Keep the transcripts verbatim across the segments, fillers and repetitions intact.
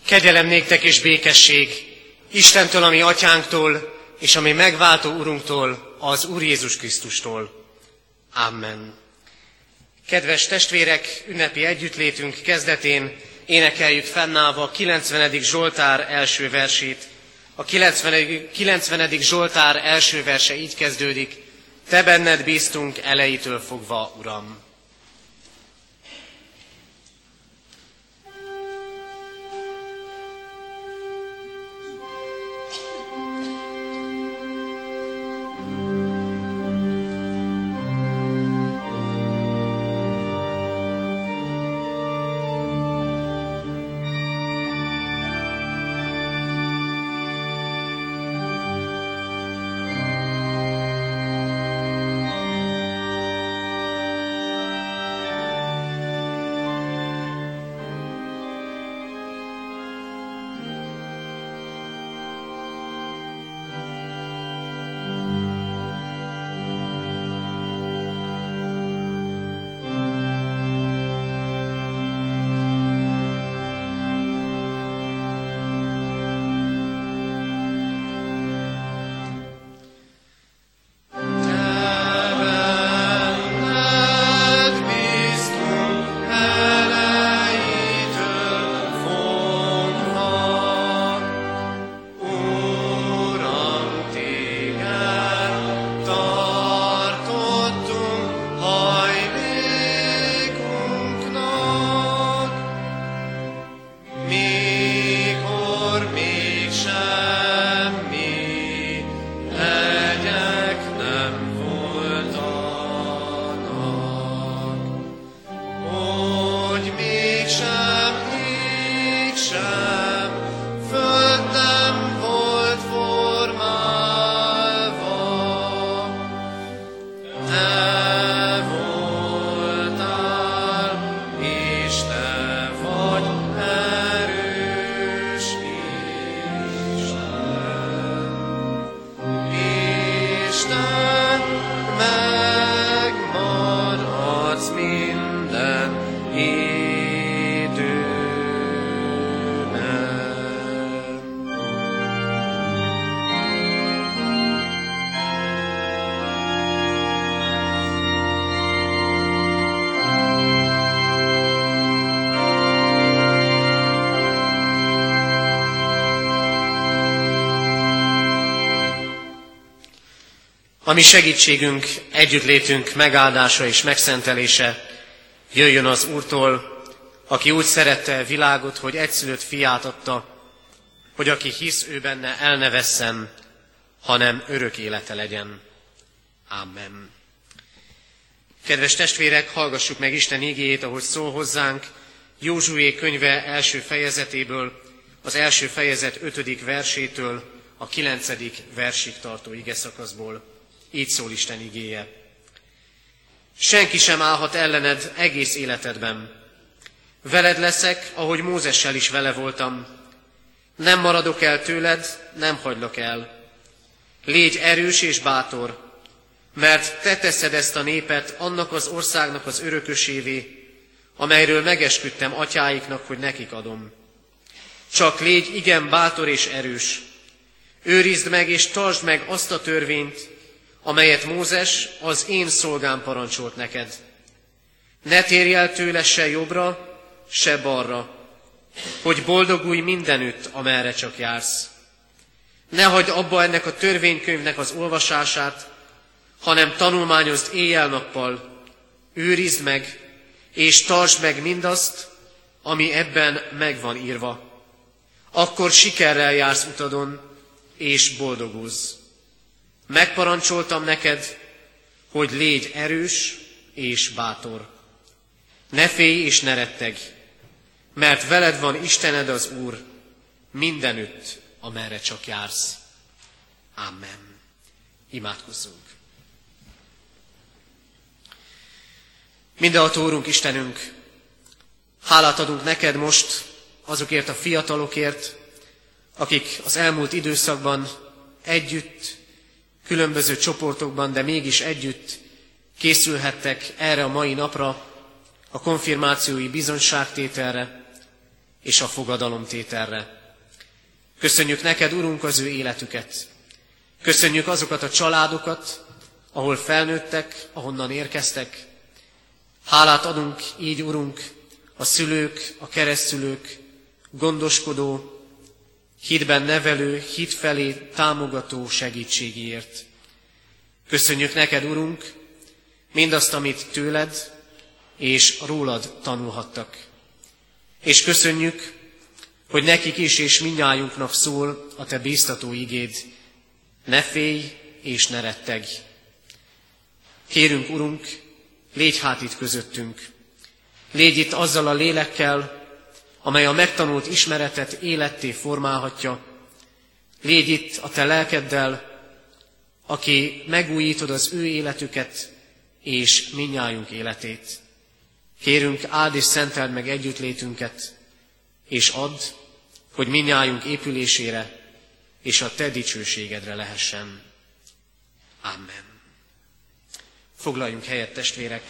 Kegyelem néktek és békesség Istentől, ami atyánktól, és ami megváltó Urunktól, az Úr Jézus Krisztustól. Amen. Kedves testvérek, ünnepi együttlétünk kezdetén énekeljük fennállva a kilencvenedik Zsoltár első versét. A kilencvenedik Zsoltár első verse így kezdődik: Te benned bíztunk elejétől fogva, Uram. A mi segítségünk, együttlétünk megáldása és megszentelése jöjjön az Úrtól, aki úgy szerette a világot, hogy egyszülött fiát adta, hogy aki hisz ő benne, el ne vesszen, hanem örök élete legyen. Amen. Kedves testvérek, hallgassuk meg Isten igéjét, ahogy szól hozzánk, Józsué könyve első fejezetéből, az első fejezet ötödik versétől a kilencedik versig tartó igeszakaszból. Így szól Isten igéje. Senki sem állhat ellened egész életedben. Veled leszek, ahogy Mózessel is vele voltam. Nem maradok el tőled, nem hagylak el. Légy erős és bátor, mert te teszed ezt a népet annak az országnak az örökösévé, amelyről megesküdtem atyáiknak, hogy nekik adom. Csak légy igen bátor és erős. Őrizd meg és tartsd meg azt a törvényt, amelyet Mózes, az én szolgám parancsolt neked. Ne térj el tőle se jobbra, se balra, hogy boldogulj mindenütt, amerre csak jársz. Ne hagyd abba ennek a törvénykönyvnek az olvasását, hanem tanulmányozd éjjel-nappal, őrizd meg, és tartsd meg mindazt, ami ebben meg van írva. Akkor sikerrel jársz utadon, és boldogulsz. Megparancsoltam neked, hogy légy erős és bátor. Ne félj és ne retteg, mert veled van Istened az Úr, mindenütt, amerre csak jársz. Amen. Imádkozzunk. Mindenható Úrunk, Istenünk, hálát adunk neked most azokért a fiatalokért, akik az elmúlt időszakban együtt, különböző csoportokban, de mégis együtt készülhettek erre a mai napra, a konfirmációi bizonyságtételre. és a fogadalomtételre. Köszönjük neked, Urunk, az ő életüket. Köszönjük azokat a családokat, ahol felnőttek, ahonnan érkeztek. Hálát adunk így, Urunk, a szülők, a keresztszülők, gondoskodó, hitben nevelő, hit felé támogató segítségért. Köszönjük neked, Urunk, mindazt, amit tőled és rólad tanulhattak. És köszönjük, hogy nekik is és mindnyájunknak szól a te bíztató igéd, ne félj és ne rettegj. Kérünk, Urunk, légy hát itt közöttünk. Légy itt azzal a lélekkel, amely a megtanult ismeretet életté formálhatja. Légy itt a te lelkeddel, aki megújítod az ő életüket és mindnyájunk életét. Kérünk, áld és szenteld meg együttlétünket, és add, hogy mindnyájunk épülésére és a te dicsőségedre lehessen. Amen. Foglaljunk helyet, testvérek!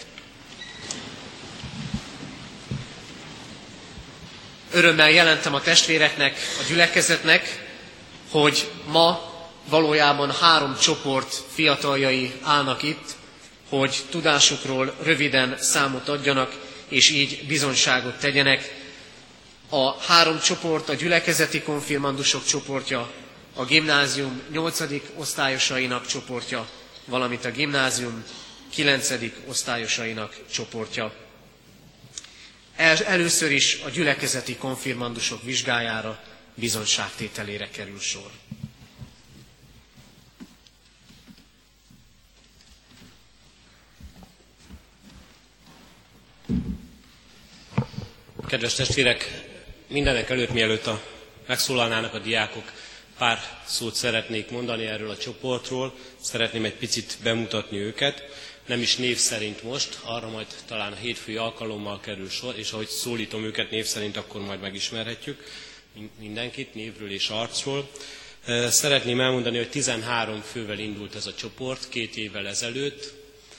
Örömmel jelentem a testvéreknek, a gyülekezetnek, hogy ma valójában három csoport fiataljai állnak itt, hogy tudásukról röviden számot adjanak, és így bizonyságot tegyenek. A három csoport, a gyülekezeti konfirmandusok csoportja, a gimnázium nyolcadik osztályosainak csoportja, valamint a gimnázium kilencedik osztályosainak csoportja. El, először is a gyülekezeti konfirmandusok vizsgájára, bizonyságtételére kerül sor. Kedves testvérek, mindenek előtt, mielőtt a, megszólalnának a diákok, pár szót szeretnék mondani erről a csoportról. Szeretném egy picit bemutatni őket, nem is név szerint most, arra majd talán a hétfői alkalommal kerül sor, és ahogy szólítom őket név szerint, akkor majd megismerhetjük mindenkit névről és arcról. Szeretném elmondani, hogy tizenhárom fővel indult ez a csoport két évvel ezelőtt.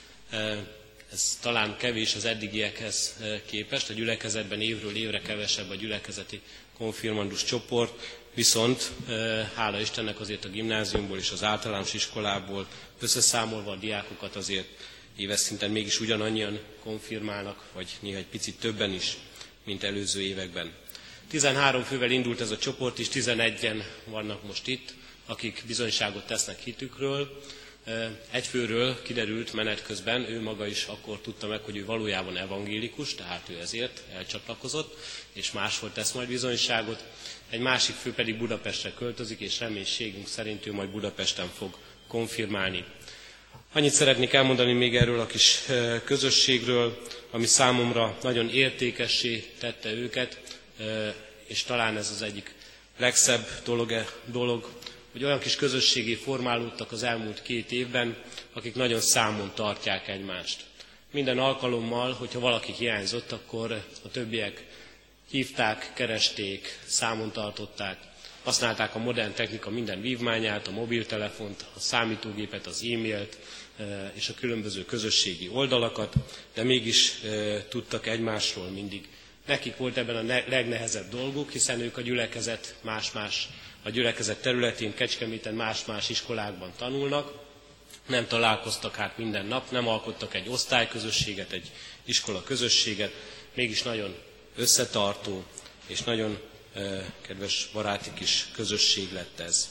Ez talán kevés az eddigiekhez képest, a gyülekezetben évről évre kevesebb a gyülekezeti konfirmandus csoport, viszont hála Istennek azért a gimnáziumból és az általános iskolából összeszámolva a diákokat azért éves szinten mégis ugyanannyian konfirmálnak, vagy néha egy picit többen is, mint előző években. tizenhárom fővel indult ez a csoport, és tizenegyen vannak most itt, akik bizonyságot tesznek hitükről. Egy főről kiderült menet közben, ő maga is akkor tudta meg, hogy ő valójában evangélikus, tehát ő ezért elcsatlakozott, és máshol tesz majd bizonyságot. Egy másik fő pedig Budapestre költözik, és reménységünk szerint ő majd Budapesten fog konfirmálni. Annyit szeretnék elmondani még erről a kis közösségről, ami számomra nagyon értékessé tette őket, és talán ez az egyik legszebb dolog, dolog hogy olyan kis közösségé formálódtak az elmúlt két évben, akik nagyon számon tartják egymást. Minden alkalommal, hogyha valaki hiányzott, akkor a többiek hívták, keresték, számon tartották, használták a modern technika minden vívmányát, a mobiltelefont, a számítógépet, az e-mailt és a különböző közösségi oldalakat, de mégis tudtak egymásról mindig. Nekik volt ebben a legnehezebb dolguk, hiszen ők a gyülekezet más-más, a gyülekezet területén, Kecskeméten más-más iskolákban tanulnak, nem találkoztak hát minden nap, nem alkottak egy osztályközösséget, egy iskola közösséget, mégis nagyon összetartó és nagyon eh, kedves baráti kis közösség lett ez.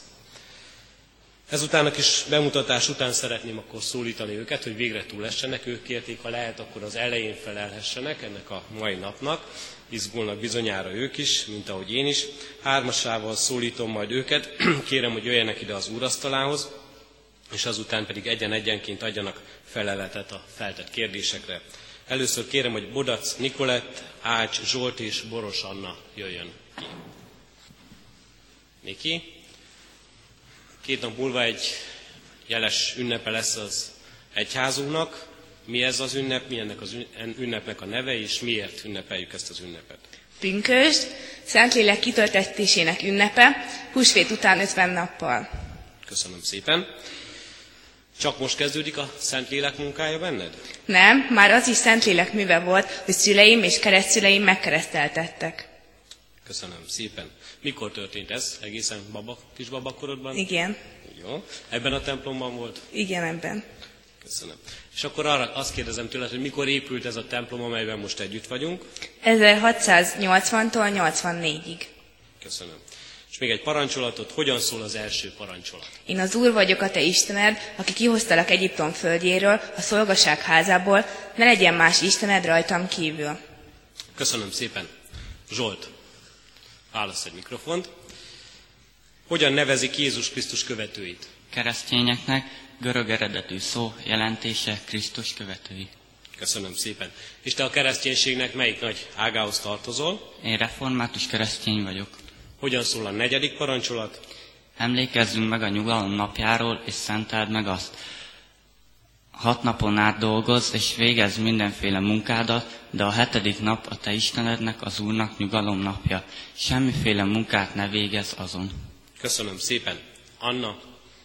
Ezután a kis bemutatás után szeretném akkor szólítani őket, hogy végre túlessenek, ők kérték, ha lehet, akkor az elején felelhessenek ennek a mai napnak. Izgulnak bizonyára ők is, mint ahogy én is. Hármasával szólítom majd őket, kérem, hogy jöjjenek ide az úrasztalához, és azután pedig egyen-egyenként adjanak feleletet a feltett kérdésekre. Először kérem, hogy Bodac Nikolett, Ács Zsolt és Boros Anna jöjjön ki. Niki? Két nap múlva egy jeles ünnepe lesz az egyházunknak. Mi ez az ünnep, mi ennek az ünnepnek a neve, és miért ünnepeljük ezt az ünnepet? Pünkösd, Szentlélek kitöltetésének ünnepe, húsvét után ötven nappal. Köszönöm szépen. Csak most kezdődik a Szentlélek munkája benned? Nem, már az is Szentlélek műve volt, hogy szüleim és keresztszüleim megkereszteltettek. Köszönöm szépen. Mikor történt ez? Egészen baba, kis babakorodban? Igen. Jó. Ebben a templomban volt? Igen, ebben. Köszönöm. És akkor arra azt kérdezem tőled, hogy mikor épült ez a templom, amelyben most együtt vagyunk? ezerhatszáznyolcvantól nyolcvannégyig. Köszönöm. És még egy parancsolatot, hogyan szól az első parancsolat? Én az Úr vagyok, a te Istened, aki kihoztalak Egyiptom földjéről, a szolgaság házából, ne legyen más Istened rajtam kívül. Köszönöm szépen. Zsolt, válasz egy mikrofont. Hogyan nevezik Jézus Krisztus követőit? Keresztényeknek görög eredetű szó jelentése Krisztus követői. Köszönöm szépen. És te a kereszténységnek melyik nagy ágához tartozol? Én református keresztény vagyok. Hogyan szól a negyedik parancsolat? Emlékezzünk meg a nyugalom napjáról, és szenteld meg azt. Hat napon át dolgozz, és végezz mindenféle munkádat, de a hetedik nap a te Istenednek, az Úrnak nyugalom napja. Semmiféle munkát ne végezz azon. Köszönöm szépen. Anna,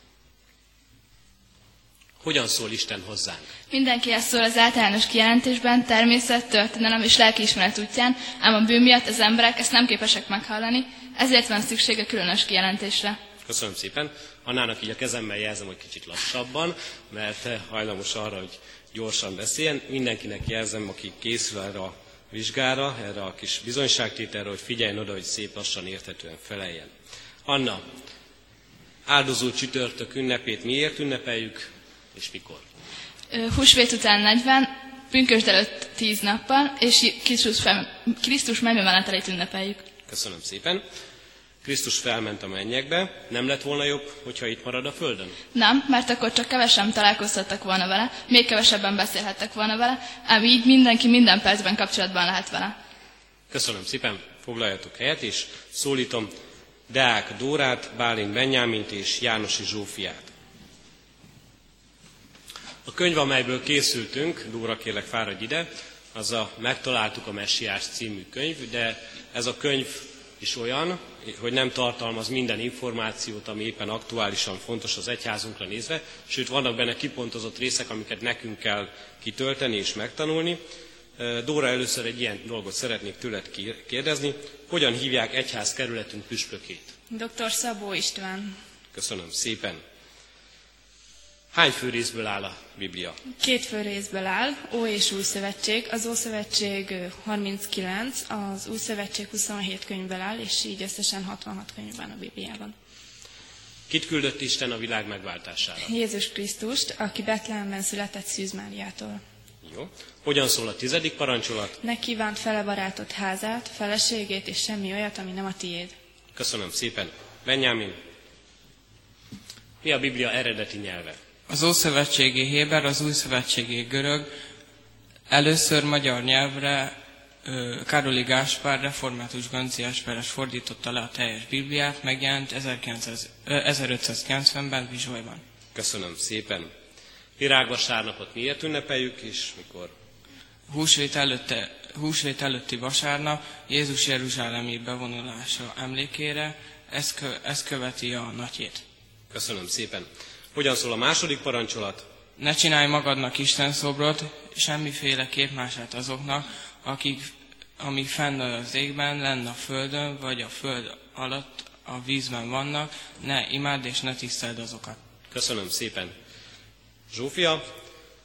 hogyan szól Isten hozzánk? Mindenkihez szól az általános kijelentésben, természet, történelem és lelkiismeret útján, ám a bűn miatt az emberek ezt nem képesek meghallani, ezért van szüksége különös kijelentésre. Köszönöm szépen. Annának így a kezemmel jelzem, hogy kicsit lassabban, mert hajlamos arra, hogy gyorsan beszéljen. Mindenkinek jelzem, aki készül erre a vizsgára, erre a kis bizonyságtételre, hogy figyeljen oda, hogy szép lassan érthetően feleljen. Anna, áldozó csütörtök ünnepét miért ünnepeljük, és mikor? Húsvét után negyven, pünkösd előtt tíz nappal, és Krisztus, fel, Krisztus mennybemenetelét ünnepeljük. Köszönöm szépen. Krisztus felment a mennyekbe, nem lett volna jobb, hogyha itt marad a földön? Nem, mert akkor csak kevesen találkoztattak volna vele, még kevesebben beszélhettek volna vele, ám így mindenki minden percben kapcsolatban lehet vele. Köszönöm szépen, foglaljatok helyet, és szólítom Deák Dórát, Bálint Benyámint és Jánosi Zsófiát. A könyv, amelyből készültünk, Dóra, kérlek fáradj ide, az a Megtaláltuk a Messiás című könyv, de ez a könyv is olyan, hogy nem tartalmaz minden információt, ami éppen aktuálisan fontos az egyházunkra nézve, sőt vannak benne kipontozott részek, amiket nekünk kell kitölteni és megtanulni. Dóra, először egy ilyen dolgot szeretnék tőled kérdezni. Hogyan hívják egyházkerületünk püspökét? doktor Szabó István. Köszönöm szépen. Hány főrészből áll a Biblia? Két főrészből áll, Ó és Új Szövetség. Az Ószövetség harminckilenc, az Új Szövetség huszonhét könyvből áll, és így összesen hatvanhat könyv van a Bibliában. Kit küldött Isten a világ megváltására? Jézus Krisztust, aki Betlehemben született Szűz Máriától. Jó. Hogyan szól a tizedik parancsolat? Ne kívánt fele barátot házát, feleségét és semmi olyat, ami nem a tiéd. Köszönöm szépen. Benyámin, mi a Biblia eredeti nyelve? Az ószövetségi héber, az újszövetségi görög. Először magyar nyelvre Károli Gáspár, református Ganciás Peres fordította le a teljes Bibliát, megjelent ezerötszázkilencvenben Vizsolyban. Köszönöm szépen. Virágvasárnapot miért ünnepeljük, és mikor? Húsvét, előtte, húsvét előtti vasárnap Jézus jeruzsálemi bevonulása emlékére, ez, kö, ez követi a nagyét. Köszönöm szépen. Hogyan szól a második parancsolat? Ne csinálj magadnak Isten szobrot, semmiféle képmását azoknak, akik, ami fenn az égben, lenn a földön, vagy a föld alatt a vízben vannak, ne imádd és ne tiszteld azokat. Köszönöm szépen. Zsófia,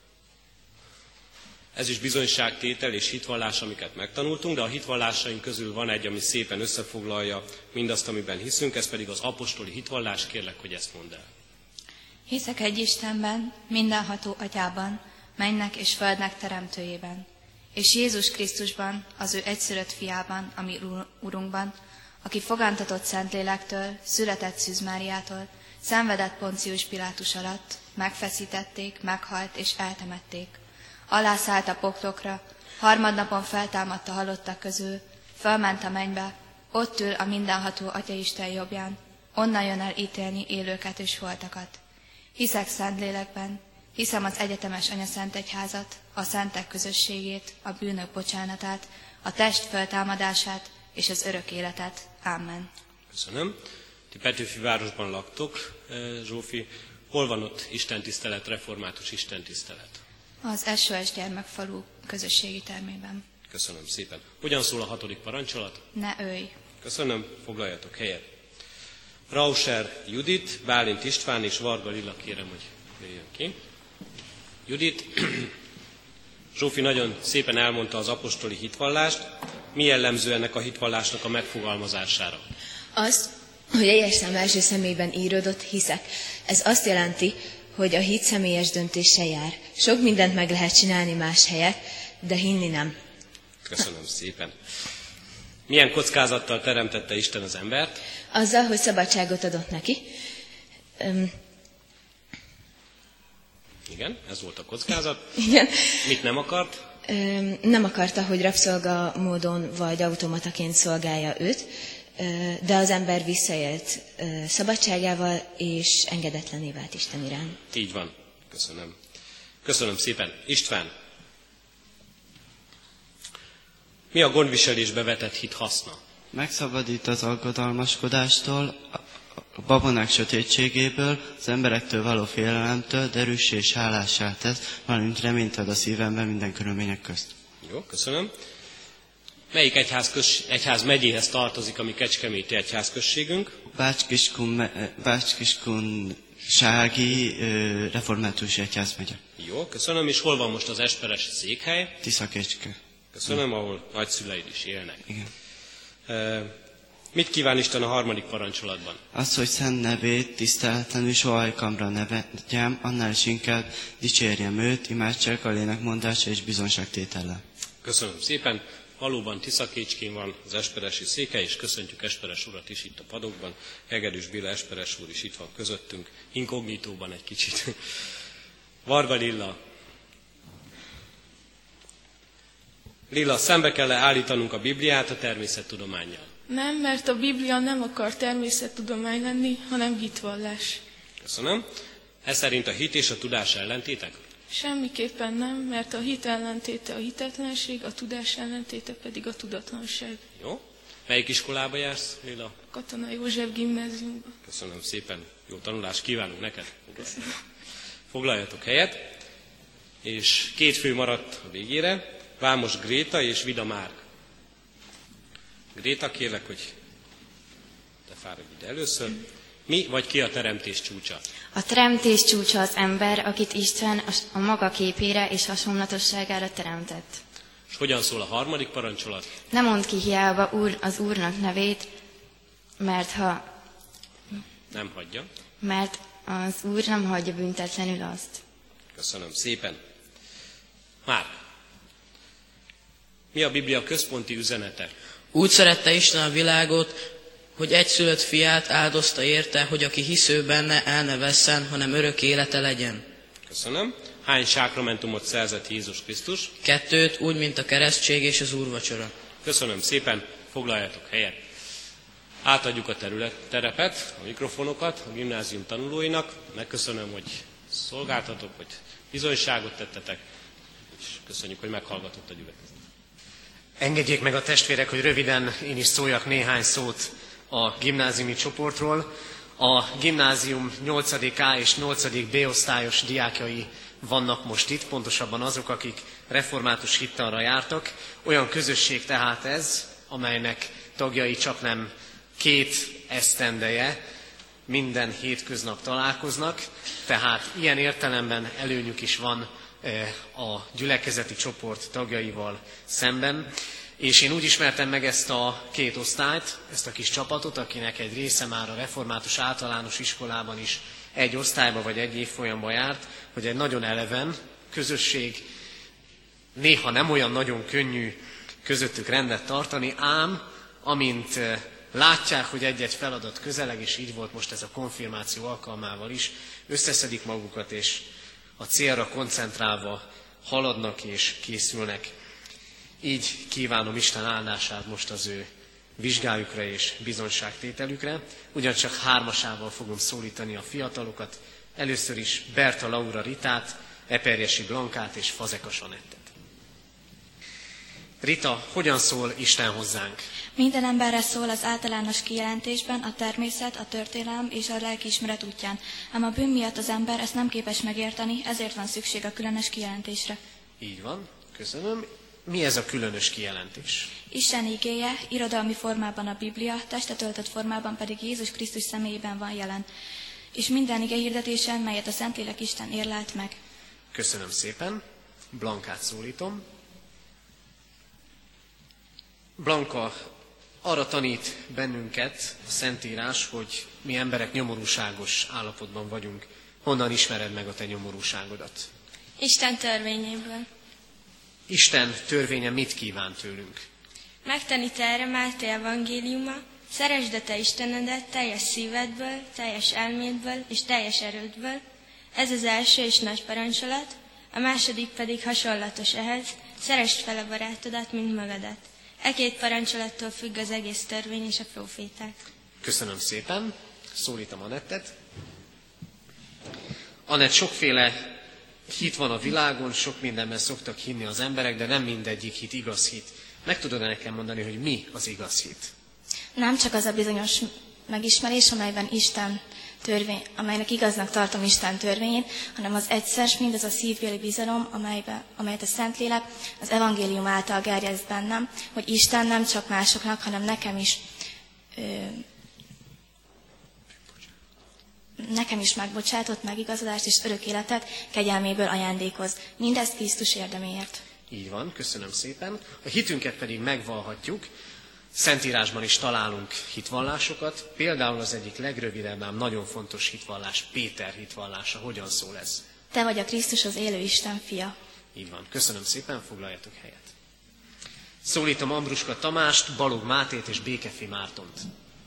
ez is bizonyságtétel és hitvallás, amiket megtanultunk, de a hitvallásaink közül van egy, ami szépen összefoglalja mindazt, amiben hiszünk, ez pedig az apostoli hitvallás. Kérlek, hogy ezt mondd el. Hiszek egy Istenben, mindenható Atyában, mennek és földnek teremtőjében, és Jézus Krisztusban, az ő egyszülött fiában, a mi Urunkban, aki fogantatott Szentlélektől, született Szűz Máriától, szenvedett Poncius Pilátus alatt, megfeszítették, meghalt és eltemették. Alászállt a poklokra, harmadnapon feltámadt a halottak közül, fölment a mennybe, ott ül a mindenható Atyaisten jobbján, onnan jön el ítélni élőket és holtakat. Hiszek Szentlélekben, hiszem az egyetemes anyaszentegyházat, a szentek közösségét, a bűnök bocsánatát, a test feltámadását és az örök életet. Amen. Köszönöm. Ti Petőfi városban laktok, Zsófi. Hol van ott istentisztelet, református istentisztelet? Az es o es gyermekfalu közösségi termében. Köszönöm szépen. Hogyan szól a hatodik parancsolat? Ne ölj. Köszönöm, foglaljatok helyet. Rauscher Judit, Bálint István és Varga Lilla, kérem, hogy jöjjön ki. Judit, Zsófi nagyon szépen elmondta az apostoli hitvallást. Mi jellemző ennek a hitvallásnak a megfogalmazására? Az, hogy egyes szám első személyben íródott hiszek. Ez azt jelenti, hogy a hit személyes döntéssel jár. Sok mindent meg lehet csinálni más helyet, de hinni nem. Köszönöm szépen. Milyen kockázattal teremtette Isten az embert? Azzal, hogy szabadságot adott neki. Öm... Igen, ez volt a kockázat. Igen. Mit nem akart? Öm, nem akarta, hogy rabszolga módon vagy automataként szolgálja őt, de az ember visszaélt szabadságával, és engedetlené vált Isten iránt. Így van. Köszönöm. Köszönöm szépen. István, mi a gondviselésbe vetett hit haszna? Megszabadít az aggodalmaskodástól, a babonák sötétségéből, az emberektől való félelemtől, derűssé és hálássá tesz, valamint reményt ad a szívemben minden körülmények közt. Jó, köszönöm. Melyik egyház, köz, egyház megyéhez tartozik a mi kecskeméti egyházközségünk? Bács-Kiskun, Bács-Kiskunsági Református Egyház megye. Jó, köszönöm. És hol van most az esperes székhely? Tiszakécske. Köszönöm, ahol nagyszüleid is élnek. Igen. E, mit kíván Isten a harmadik parancsolatban? Az, hogy szent nevét tiszteletlenül sohajkamra ne vegyem, annál is inkább dicsérjem őt, imádsággal, énekmondása és bizonságtétellel. Köszönöm szépen. Valóban Tiszakécskén van az esperesi székhely, és köszöntjük Esperes urat is itt a padokban. Hegedűs Béla esperes úr is itt van közöttünk, inkognitóban egy kicsit. Varga Lilla. Lilla, szembe kell állítanunk a Bibliát a természettudománnyal? Nem, mert a Biblia nem akar természettudomány lenni, hanem hitvallás. Köszönöm. Ez szerint a hit és a tudás ellentétek? Semmiképpen nem, mert a hit ellentéte a hitetlenség, a tudás ellentéte pedig a tudatlanság. Jó. Melyik iskolába jársz, Lilla? Katona József gimnáziumba. Köszönöm szépen. Jó tanulást kívánunk neked. Köszönöm. Foglaljatok helyet. És két fő maradt a végére. Vámos Gréta és Vida Márk. Gréta, kérlek, hogy te fáradj ide először. Mi vagy ki a teremtés csúcsa? A teremtés csúcsa az ember, akit Isten a maga képére és hasonlatosságára teremtett. És hogyan szól a harmadik parancsolat? Ne mondd ki hiába úr, az Úrnak nevét, mert ha... Nem hagyja. Mert az Úr nem hagyja büntetlenül azt. Köszönöm szépen. Márk, mi a Biblia központi üzenete? Úgy szerette Isten a világot, hogy egyszülött fiát áldozta érte, hogy aki hisző benne, el ne vesszen, hanem örök élete legyen. Köszönöm. Hány sákramentumot szerzett Jézus Krisztus? Kettőt, úgy, mint a keresztség és az úrvacsora. Köszönöm szépen, foglaljatok helyet. Átadjuk a terület, terepet, a mikrofonokat a gimnázium tanulóinak. Megköszönöm, hogy szolgáltatok, hogy bizonyságot tettetek, és köszönjük, hogy meghallgatott a gyülekezet. Engedjék meg a testvérek, hogy röviden én is szóljak néhány szót a gimnáziumi csoportról. A gimnázium nyolcadik A és nyolcadik B osztályos diákjai vannak most itt, pontosabban azok, akik református hittanra jártak. Olyan közösség tehát ez, amelynek tagjai csaknem két esztendeje minden hétköznap találkoznak, tehát ilyen értelemben előnyük is van a gyülekezeti csoport tagjaival szemben. És én úgy ismertem meg ezt a két osztályt, ezt a kis csapatot, akinek egy része már a református általános iskolában is egy osztályba vagy egy évfolyamba járt, hogy egy nagyon eleven közösség, néha nem olyan nagyon könnyű közöttük rendet tartani, ám amint látják, hogy egy-egy feladat közeleg, és így volt most ez a konfirmáció alkalmával is, összeszedik magukat, és a célra koncentrálva haladnak és készülnek. Így kívánom Isten áldását most az ő vizsgájukra és bizonyságtételükre. Ugyancsak hármasával fogom szólítani a fiatalokat. Először is Berta Laura Ritát, Eperjesi Blankát és Fazekas Anettet. Rita, hogyan szól Isten hozzánk? Minden emberre szól az általános kijelentésben a természet, a történelem és a lelkiismeret útján. Ám a bűn miatt az ember ezt nem képes megérteni, ezért van szükség a különös kijelentésre. Így van, köszönöm. Mi ez a különös kijelentés? Isten igéje irodalmi formában a Biblia, testet öltött formában pedig Jézus Krisztus személyében van jelen, és minden ige hirdetésen, melyet a Szentlélek Isten érlelt meg. Köszönöm szépen. Blankát szólítom. Blanka, arra tanít bennünket a Szentírás, hogy mi emberek nyomorúságos állapotban vagyunk. Honnan ismered meg a te nyomorúságodat? Isten törvényéből. Isten törvénye mit kíván tőlünk? Megtanít erre Máté evangéliuma, szeresd a te Istenedet teljes szívedből, teljes elmédből és teljes erődből. Ez az első és nagy parancsolat, a második pedig hasonlatos ehhez, szeresd fel a barátodat, mint magadat. E két parancsolattól függ az egész törvény és a próféták. Köszönöm szépen. Szólítom Anettet. Anett, sokféle hit van a világon, sok mindenben szoktak hinni az emberek, de nem mindegyik hit igaz hit. Meg tudod nekem mondani, hogy mi az igaz hit? Nem csak az a bizonyos megismerés, amelyben Isten törvény, amelynek igaznak tartom Isten törvényét, hanem az egyszer, mindaz a szívbéli bizalom, amelybe, amelyet a Szentlélek az evangélium által gerjeszt bennem, hogy Isten nem csak másoknak, hanem nekem is ö, nekem is megbocsátott, megigazodást és örök életet kegyelméből ajándékoz. Mindezt Krisztus érdeméért. Így van, köszönöm szépen. A hitünket pedig megvallhatjuk. Szentírásban is találunk hitvallásokat. Például az egyik legrövidebb, ám nagyon fontos hitvallás, Péter hitvallása. Hogyan szól ez? Te vagy a Krisztus, az élő Isten fia. Így van, köszönöm szépen, foglaljatok helyet. Szólítom Ambruska Tamást, Balog Mátét és Békefi Mártont.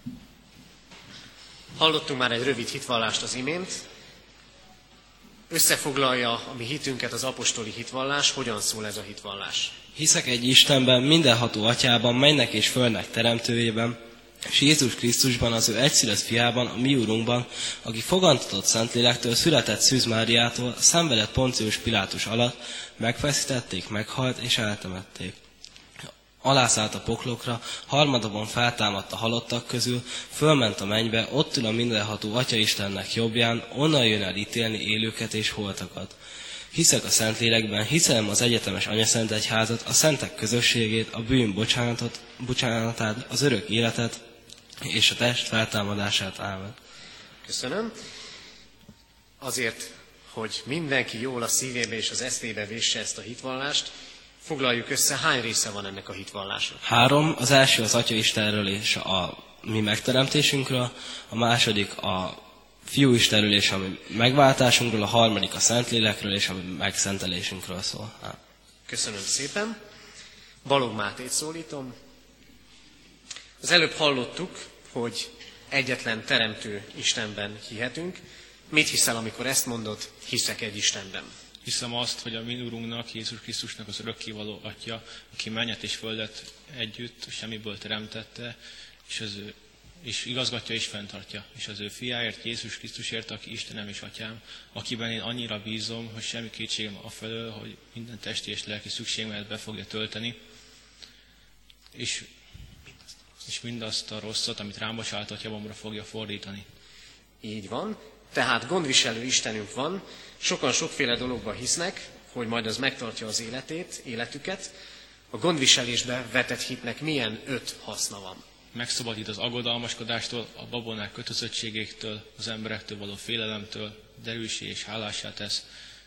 Hallottunk már egy rövid hitvallást az imént. Összefoglalja a mi hitünket az apostoli hitvallás. Hogyan szól ez a hitvallás? Hiszek egy Istenben, mindenható atyában, mennek és földnek teremtőjében, és Jézus Krisztusban, az ő egyszülött fiában, a mi úrunkban, aki fogantatott Szentlélektől, született Szűz Máriától, szenvedett Poncius Pilátus alatt, megfeszítették, meghalt és eltemették. Alászállt a poklokra, harmadabban feltámadt a halottak közül, fölment a mennybe, ott ül a mindenható Atya Istennek jobbján, onnan jön el ítélni élőket és holtakat. Hiszek a Szentlélekben, hiszem az egyetemes Anyaszent Egyházat, a szentek közösségét, a bűn bocsánatot, bocsánatát, az örök életet és a test feltámadását. Ámen. Köszönöm. Azért, hogy mindenki jól a szívébe és az eszébe vésse ezt a hitvallást, foglaljuk össze, hány része van ennek a hitvallásnak? Három. Az első az Atya Istenről és a mi megteremtésünkről, a második a Fiú Istenről és a mi megváltásunkról, a harmadik a Szentlélekről és a mi megszentelésünkről szól. Há. Köszönöm szépen. Balog Mátét szólítom. Az előbb hallottuk, hogy egyetlen teremtő Istenben hihetünk. Mit hiszel, amikor ezt mondod, hiszek egy Istenben? Hiszem azt, hogy a mi Urunknak, Jézus Krisztusnak az örökkévaló Atya, aki mennyet és földet együtt semmiből teremtette, és, az ő, és igazgatja és fenntartja. És az ő fiáért, Jézus Krisztusért, aki Istenem és Atyám, akiben én annyira bízom, hogy semmi kétségem afelől, hogy minden testi és lelki szükségemet be fogja tölteni, és, és mindazt a rosszat, amit rám bocsátott, javamra fogja fordítani. Így van. Tehát gondviselő Istenünk van, sokan sokféle dologba hisznek, hogy majd az megtartja az életét, életüket. A gondviselésbe vetett hitnek milyen öt haszna van? Megszabadít az aggodalmaskodástól, a babonák kötözöttségéktől, az emberektől való félelemtől, derűsé és hálásá tesz,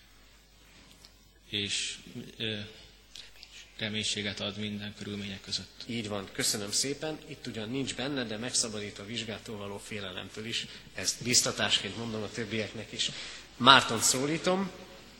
és ö, reménységet ad minden körülmények között. Így van, köszönöm szépen. Itt ugyan nincs benne, de megszabadít a vizsgától való félelemtől is. Ezt biztatásként mondom a többieknek is. Mártont szólítom.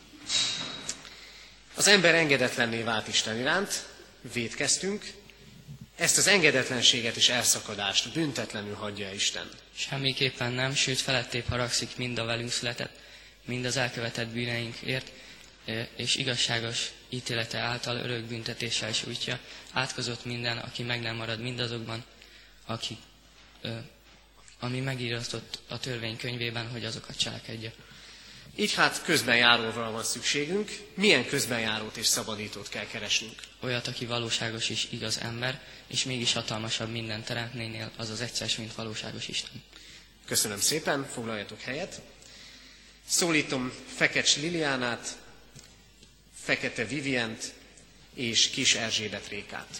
Az ember engedetlenné vált Isten iránt, vétkeztünk. Ezt az engedetlenséget és elszakadást büntetlenül hagyja Isten. Semmiképpen nem, sőt felettébb haragszik mind a velünk született, mind az elkövetett bűneinkért, és igazságos ítélete által örök büntetéssel sújtja, átkozott minden, aki meg nem marad mindazokban, aki, ö, ami megíratott a törvény könyvében, hogy azokat cselekedje. Így hát közbenjáróra van szükségünk. Milyen közbenjárót és szabadítót kell keresnünk? Olyat, aki valóságos és igaz ember, és mégis hatalmasabb minden teremtménynél, az az egyszer, mint valóságos Isten. Köszönöm szépen, foglaljatok helyet. Szólítom Fekecs Liliánát, Fekete Vivient és Kis Erzsébet Rékát.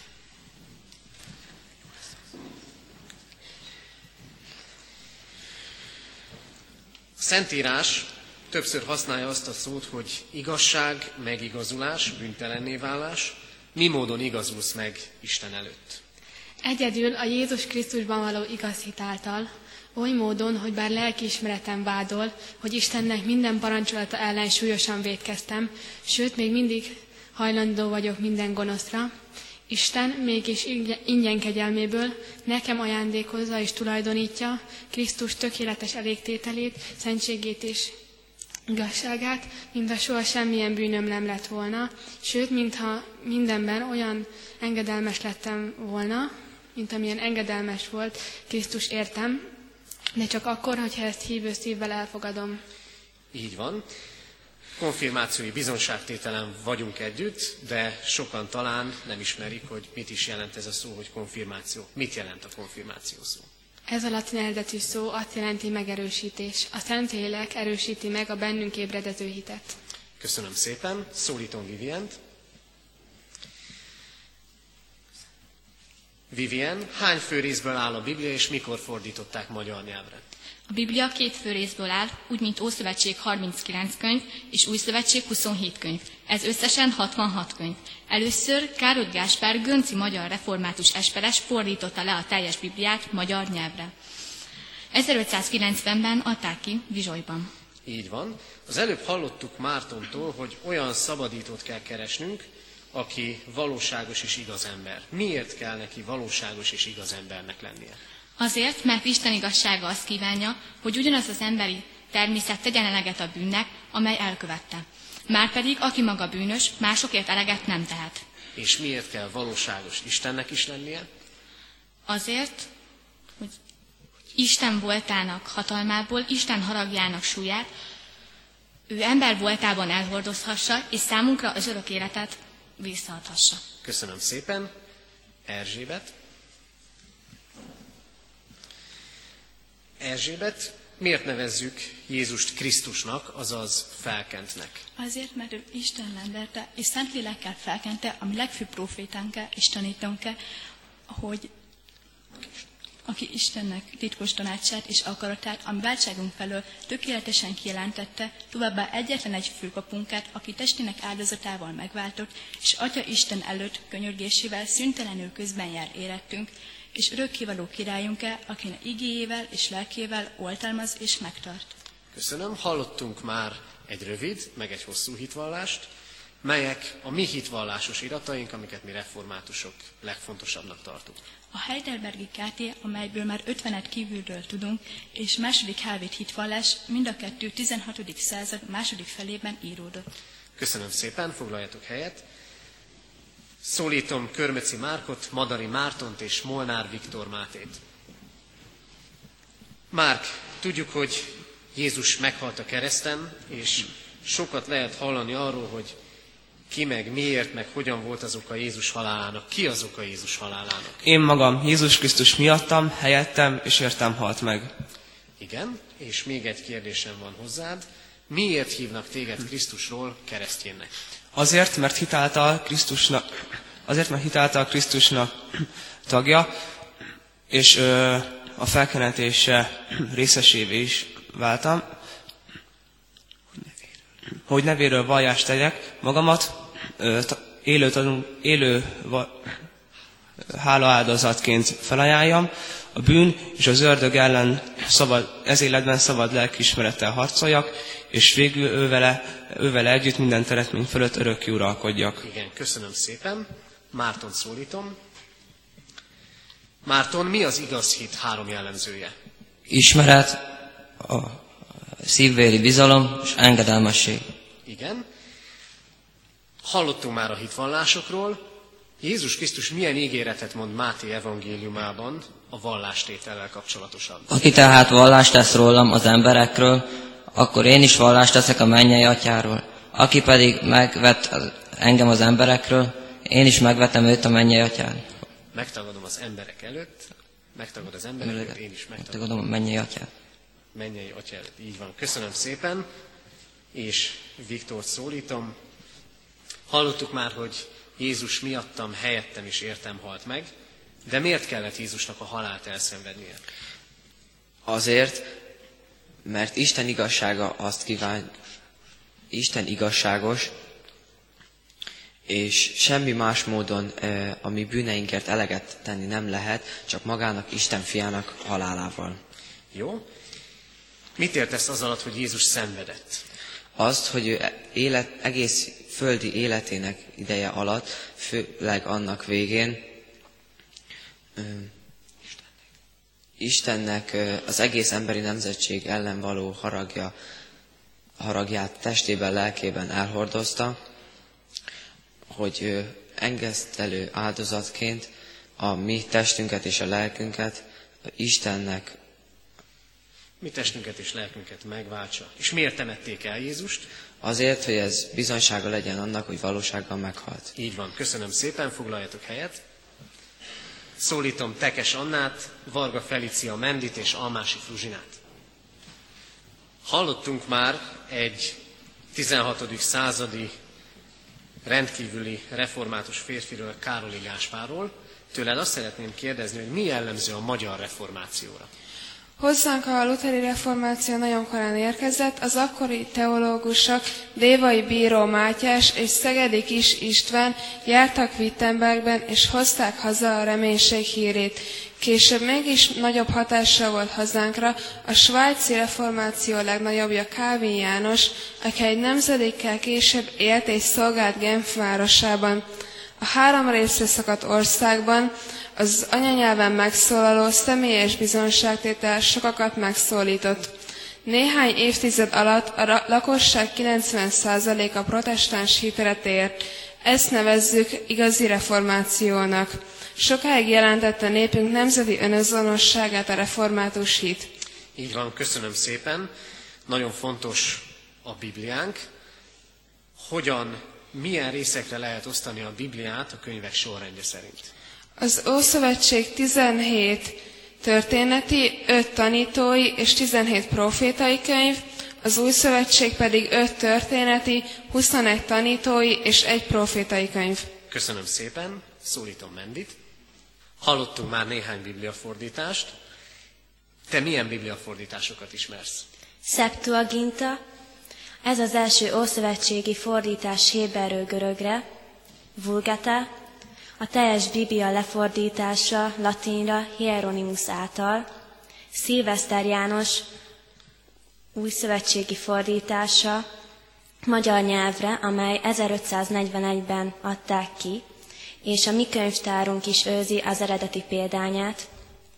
A Szentírás többször használja azt a szót, hogy igazság, megigazulás, bűntelenné válás. Mi módon igazulsz meg Isten előtt? Egyedül a Jézus Krisztusban való igaz hit által, oly módon, hogy bár lelkiismeretem vádol, hogy Istennek minden parancsolata ellen súlyosan vétkeztem, sőt, még mindig hajlandó vagyok minden gonoszra, Isten mégis ingyen kegyelméből nekem ajándékozza és tulajdonítja Krisztus tökéletes elégtételét, szentségét és igazságát, mintha soha semmilyen bűnöm nem lett volna, sőt, mintha mindenben olyan engedelmes lettem volna, mint amilyen engedelmes volt Krisztus értem, de csak akkor, hogyha ezt hívő szívvel elfogadom. Így van. Konfirmációi bizonságtételen vagyunk együtt, de sokan talán nem ismerik, hogy mit is jelent ez a szó, hogy konfirmáció. Mit jelent a konfirmáció szó? Ez a latin eredetű szó azt jelenti megerősítés. A Szentlélek erősíti meg a bennünk ébredező hitet. Köszönöm szépen. Szólítom Vivient. Vivien, hány főrészből áll a Biblia, és mikor fordították magyar nyelvre? A Biblia két fő részből áll, úgy mint Ószövetség harminckilenc könyv és Újszövetség huszonhét könyv. Ez összesen hatvanhat könyv. Először Károly Gáspár gönci magyar református esperes fordította le a teljes Bibliát magyar nyelvre. ezerötszázkilencvenben adták ki Vizsolyban. Így van. Az előbb hallottuk Mártontól, hogy olyan szabadítót kell keresnünk, aki valóságos és igaz ember. Miért kell neki valóságos és igaz embernek lennie? Azért, mert Isten igazsága azt kívánja, hogy ugyanaz az emberi természet tegyen eleget a bűnnek, amely elkövette. Márpedig, aki maga bűnös, másokért eleget nem tehet. És miért kell valóságos Istennek is lennie? Azért, hogy Isten voltának hatalmából, Isten haragjának súlyát ő ember voltában elhordozhassa, és számunkra az örök életet visszaadhassa. Köszönöm szépen. Erzsébet. Erzsébet, miért nevezzük Jézust Krisztusnak, azaz felkentnek? Azért, mert ő Isten renderte, és Szentlélekkel felkente, ami legfőbb profétánke és tanítónke, hogy aki Istennek titkos tanácsát és akaratát, ami váltságunk felől tökéletesen kijelentette, továbbá egyetlen egy főkapunkát, aki testének áldozatával megváltott, és Atya Isten előtt könyörgésével szüntelenül közben jár érettünk, és örökkévaló királyunk-e, akinek igéjével és lelkével oltalmaz és megtart. Köszönöm. Hallottunk már egy rövid, meg egy hosszú hitvallást, melyek a mi hitvallásos irataink, amiket mi reformátusok legfontosabbnak tartunk. A Heidelbergi ká té, amelyből már ötvenet kívülről tudunk, és második Hávét hitvallás mind a kettő tizenhatodik század második felében íródott. Köszönöm szépen, foglaljatok helyet. Szólítom Körmöci Márkot, Madari Mártont és Molnár Viktor Mátét. Márk, tudjuk, hogy Jézus meghalt a kereszten, és sokat lehet hallani arról, hogy ki meg miért, meg hogyan volt az oka Jézus halálának. Ki az oka Jézus halálának? Én magam, Jézus Krisztus miattam, helyettem és értem halt meg. Igen, és még egy kérdésem van hozzád. Miért hívnak téged Krisztusról keresztjénnek? Azért, mert hitáltal Krisztusnak, azért, mert hitáltal Krisztusnak tagja, és ö, a felkenetése részesévé is váltam, hogy nevéről vallást tegyek magamat, ö, élő, tanul, élő va, hálaáldozatként felajánljam, a bűn és az ördög ellen szabad, ez életben szabad lelkiismerettel harcoljak, és végül ővele, ővele együtt minden teremtmény fölött örökké uralkodjak. Igen, köszönöm szépen. Márton szólítom. Márton, mi az igaz hit három jellemzője? Ismeret, a szívvéri bizalom és engedelmesség. Igen. Hallottunk már a hitvallásokról. Jézus Krisztus milyen ígéretet mond Máté evangéliumában a vallástétellel kapcsolatosan? Aki tehát vallást tesz rólam az emberekről, akkor én is vallást teszek a mennyei atyáról. Aki pedig megvet engem az emberekről, én is megvetem őt a mennyei atyán. Megtagadom az emberek előtt, megtagad az emberek előtt, én is megtagadom. Megtagadom a mennyei atyát. Mennyei atya előtt, így van. Köszönöm szépen, és Viktort szólítom. Hallottuk már, hogy Jézus miattam, helyettem és értem halt meg, de miért kellett Jézusnak a halált elszenvednie? Azért, mert Isten igazsága azt kíván, Isten igazságos, és semmi más módon a mi bűneinkért eleget tenni nem lehet, csak magának, Isten fiának halálával. Jó. Mit értesz az alatt, hogy Jézus szenvedett? Azt, hogy ő élet, egész földi életének ideje alatt, főleg annak végén, Istennek az egész emberi nemzetség ellen való haragja, haragját testében, lelkében elhordozta, hogy engesztelő áldozatként a mi testünket és a lelkünket Istennek mi testünket és lelkünket megváltsa. És miért temették el Jézust? Azért, hogy ez bizonysága legyen annak, hogy valósággal meghalt. Így van, köszönöm szépen, foglaljatok helyet. Szólítom Tekes Annát, Varga Felícia Mendit és Almási Fruzsinát. Hallottunk már egy tizenhatodik századi rendkívüli református férfiről, Károli Gáspárról. Tőled azt szeretném kérdezni, hogy mi jellemző a magyar reformációra? Hozzánk a lutheri reformáció nagyon korán érkezett, az akkori teológusok Dévai Bíró Mátyás és Szegedi Kis István jártak Wittenbergben és hozták haza a reménység hírét. Később mégis nagyobb hatással volt hazánkra a svájci reformáció legnagyobbja, Kálvin János, aki egy nemzedékkel később élt és szolgált Genf városában. A három részre szakadt országban az anyanyelven megszólaló személyes bizonságtétel sokakat megszólított. Néhány évtized alatt a lakosság kilencven százaléka protestáns hitre tért. Ezt nevezzük igazi reformációnak. Sokáig jelentette népünk nemzeti önazonosságát a református hit. Így van, köszönöm szépen. Nagyon fontos a Bibliánk. Hogyan, milyen részekre lehet osztani a Bibliát a könyvek sorrendje szerint? Az Ószövetség tizenhét történeti, öt tanítói és tizenhét profétai könyv, az Új Szövetség pedig öt történeti, huszonegy tanítói és egy profétai könyv. Köszönöm szépen, szólítom Mendit. Hallottunk már néhány bibliafordítást. Te milyen bibliafordításokat ismersz? Septuaginta, ez az első ószövetségi fordítás héberről görögre. Vulgata, a teljes Biblia lefordítása latinra Hieronymus által. Szilveszter János újszövetségi fordítása magyar nyelvre, amely ezerötszáznegyvenegyben adták ki, és a mi könyvtárunk is őrzi az eredeti példányát.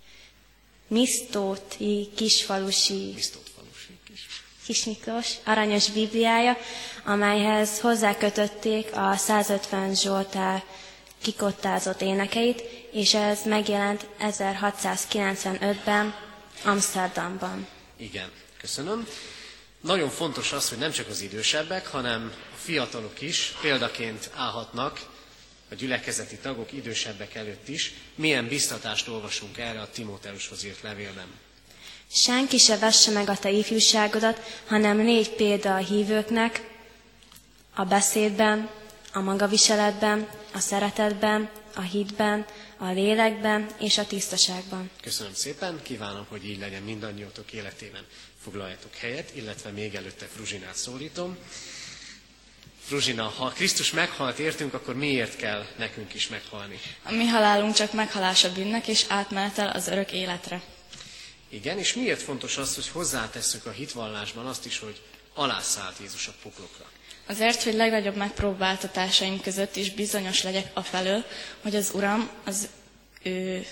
Misztóti kisfalusi Kis Miklós aranyos Bibliája, amelyhez hozzákötötték a százötven Zsoltár kikottázott énekeit, és ez megjelent ezerhatszázkilencvenötben Amsterdamban. Igen, köszönöm. Nagyon fontos az, hogy nem csak az idősebbek, hanem a fiatalok is példaként állhatnak, a gyülekezeti tagok idősebbek előtt is. Milyen biztatást olvasunk erre a Timóteushoz írt levélben? Senki se vesse meg a te ifjúságodat, hanem légy példa a hívőknek a beszédben, a magaviseletben, a szeretetben, a hitben, a lélekben és a tisztaságban. Köszönöm szépen, kívánom, hogy így legyen mindannyiótok életében. Foglaljatok helyet, illetve még előtte Fruzsinát szólítom. Fruzsina, ha Krisztus meghalt értünk, akkor miért kell nekünk is meghalni? A mi halálunk csak meghalás a bűnnek és átmenetel az örök életre. Igen, és miért fontos az, hogy hozzátesszük a hitvallásban azt is, hogy alászállt Jézus a poklokra? Azért, hogy legnagyobb megpróbáltatásaim között is bizonyos legyek afelől, hogy az Uram az ő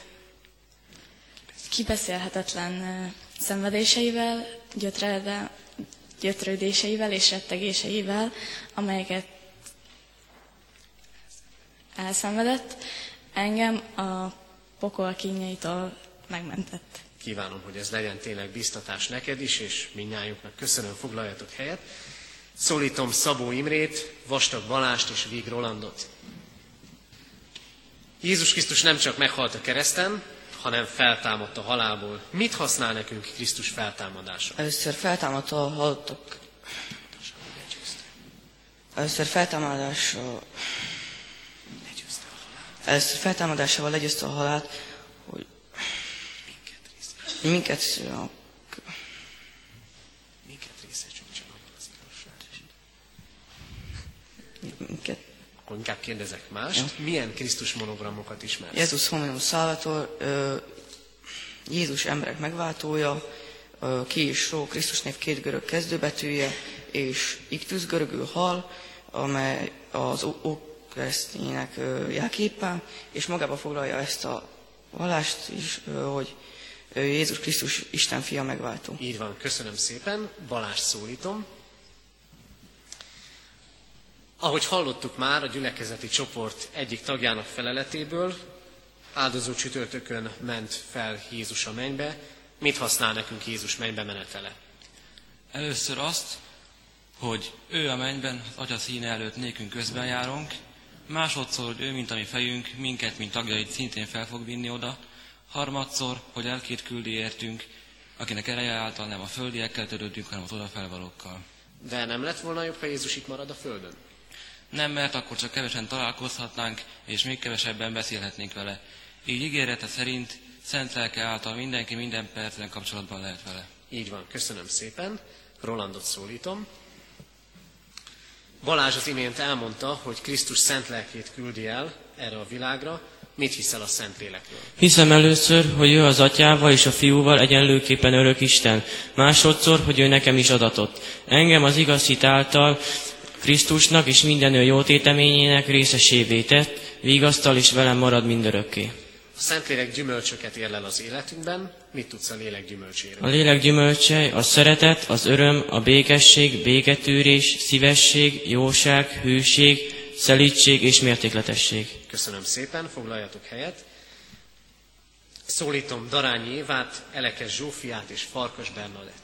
kibeszélhetetlen szenvedéseivel, gyötrődéseivel és rettegéseivel, amelyeket elszenvedett, engem a pokol kínjaitól megmentett. Kívánom, hogy ez legyen tényleg biztatás neked is, és mindnyájunknak. Köszönöm, foglaljatok helyet. Szólítom Szabó Imrét, Vastag Balást és Víg Rolandot. Jézus Krisztus nem csak meghalt a kereszten, hanem feltámadt a halálból. Mit használ nekünk Krisztus feltámadása? Először feltámadt a halottak. Először feltámadás Ez feltámadásával legyőzte a halált, hogy minket, a, Minket részesítsen abban az igazságban. minket. Akkor inkább kérdezek mást. Ja. Milyen Krisztus monogramokat ismersz? Jézus hominum salvator, ö, Jézus emberek megváltója, ö, ki és ró, Krisztus név két görög kezdőbetűje, és iktusz görögül hal, amely az ókeresztények jelképe, és magába foglalja ezt a vallást is, ö, hogy Jézus Krisztus Isten fia megváltó. Így van, köszönöm szépen. Balást szólítom. Ahogy hallottuk már a gyülekezeti csoport egyik tagjának feleletéből, áldozó csütörtökön ment fel Jézus a mennybe. Mit használ nekünk Jézus mennybe menetele? Először azt, hogy ő a mennyben az Atya színe előtt nékünk közben járunk, másodszor, hogy ő, mint a mi fejünk, minket, mint tagjait szintén fel fog vinni oda, harmadszor, hogy lelkét küldi értünk, akinek ereje által nem a földiekkel törődünk, hanem az odafelvalókkal. De nem lett volna jobb, ha Jézus itt marad a földön? Nem, mert akkor csak kevesen találkozhatnánk, és még kevesebben beszélhetnénk vele. Így ígérete szerint szent lelke által mindenki minden percben kapcsolatban lehet vele. Így van, köszönöm szépen. Rolandot szólítom. Balázs az imént elmondta, hogy Krisztus szent lelkét küldi el erre a világra. Mit hiszel a Szentlélekről? Hiszem először, hogy ő az Atyával és a Fiúval egyenlőképpen örök Isten. Másodszor, hogy ő nekem is adatott. Engem az igaz hit által Krisztusnak és minden ő jó téteményének részesévé tett, vigasztal és velem marad mindörökké. A Szentlélek gyümölcsöket érlel az életünkben. Mit tudsz a lélek gyümölcséről? A lélek gyümölcse a szeretet, az öröm, a békesség, béketűrés, szívesség, jóság, hűség, szelídség és mértékletesség. Köszönöm szépen, foglaljatok helyet. Szólítom Darányi Évát, Elekes Zsófiát és Farkas Bernadettet.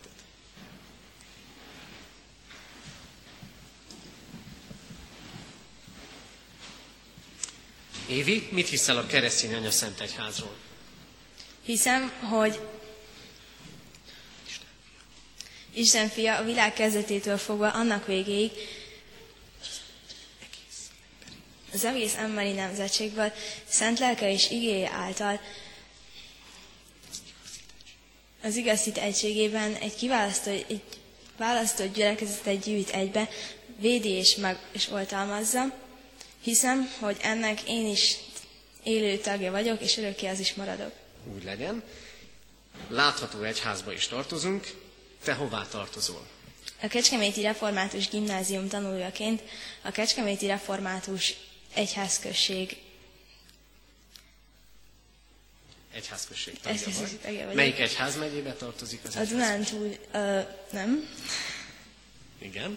Évi, mit hiszel a keresztény anya Szent Egyházról? Hiszem, hogy Isten fia a világ kezdetétől fogva annak végéig az egész emberi nemzetségből szent lelke és igéje által az igaz hit egységében egy kiválasztó, egy választott gyülekezetet gyűjt egybe, védi és meg és oltalmazza. Hiszem, hogy ennek én is élő tagja vagyok, és örökké az is maradok. Úgy legyen. Látható egyházba is tartozunk. Te hová tartozol? A Kecskeméti Református Gimnázium tanuljaként a Kecskeméti Református Egyházközség Egyházközség tagja Egyházközség tagja vagy. vagyok. Melyik egyházmegyébe tartozik az A egyház? Dunántúl, uh, nem. Igen.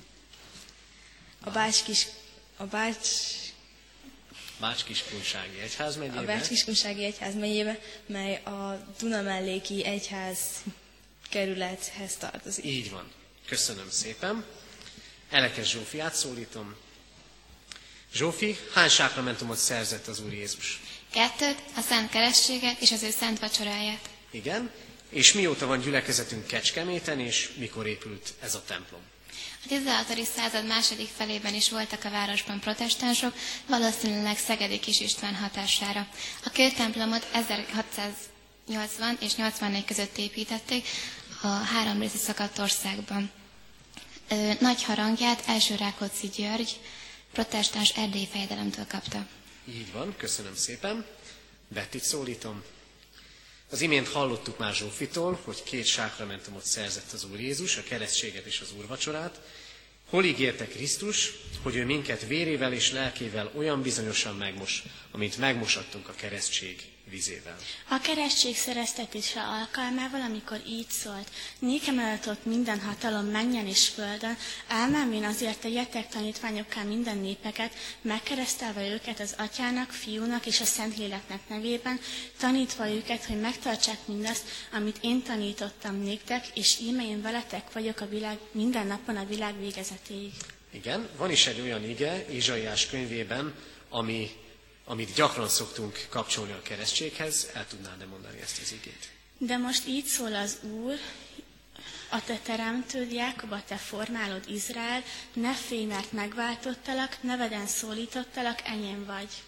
A Bács-Kis... A Bács... Bács-Kiskunsági Egyházmegyébe. A Bács-Kiskunsági Egyházmegyébe, mely a Dunamelléki Egyház kerülethez tartozik. Így van. Köszönöm szépen. Elekes Zsófiát szólítom. Zsófi, hány sákramentumot szerzett az Úr Jézus? Kettőt, a Szent Kerességet és az ő Szent Vacsoráját. Igen. És mióta van gyülekezetünk Kecskeméten, és mikor épült ez a templom? A tizenhatodik század második felében is voltak a városban protestánsok, valószínűleg Szegedi Kis István hatására. A két templomot ezerhatszáznyolcvan és nyolcvannégy között építették a három részre szakadt országban. Ö, nagy harangját első Rákóczi György protestáns erdélyi fejedelemtől kapta. Így van, köszönöm szépen. Bettit szólítom. Az imént hallottuk már Zsófitól, hogy két sákramentumot szerzett az Úr Jézus, a keresztséget és az úrvacsorát. Hol ígérte Krisztus, hogy ő minket vérével és lelkével olyan bizonyosan megmos, amint megmosattunk a keresztség vizével. A keresztség szereztetése alkalmával, amikor így szólt, nékem elatott minden hatalom mennyen és földön, elmenvén azért tegyetek tanítványokká minden népeket, megkeresztelve őket az Atyának, Fiúnak és a Szentléleknek nevében, tanítva őket, hogy megtartsák mindazt, amit én tanítottam néktek, és íme én veletek vagyok a világ, minden napon a világ végezetéig. Igen, van is egy olyan ige Ézsaiás könyvében, ami amit gyakran szoktunk kapcsolni a keresztséghez. El tudnád-e mondani ezt az igét? De most így szól az Úr, a te teremtőd, Jákob, a te formálod, Izrael, ne félj, mert megváltottalak, neveden szólítottalak, enyém vagy.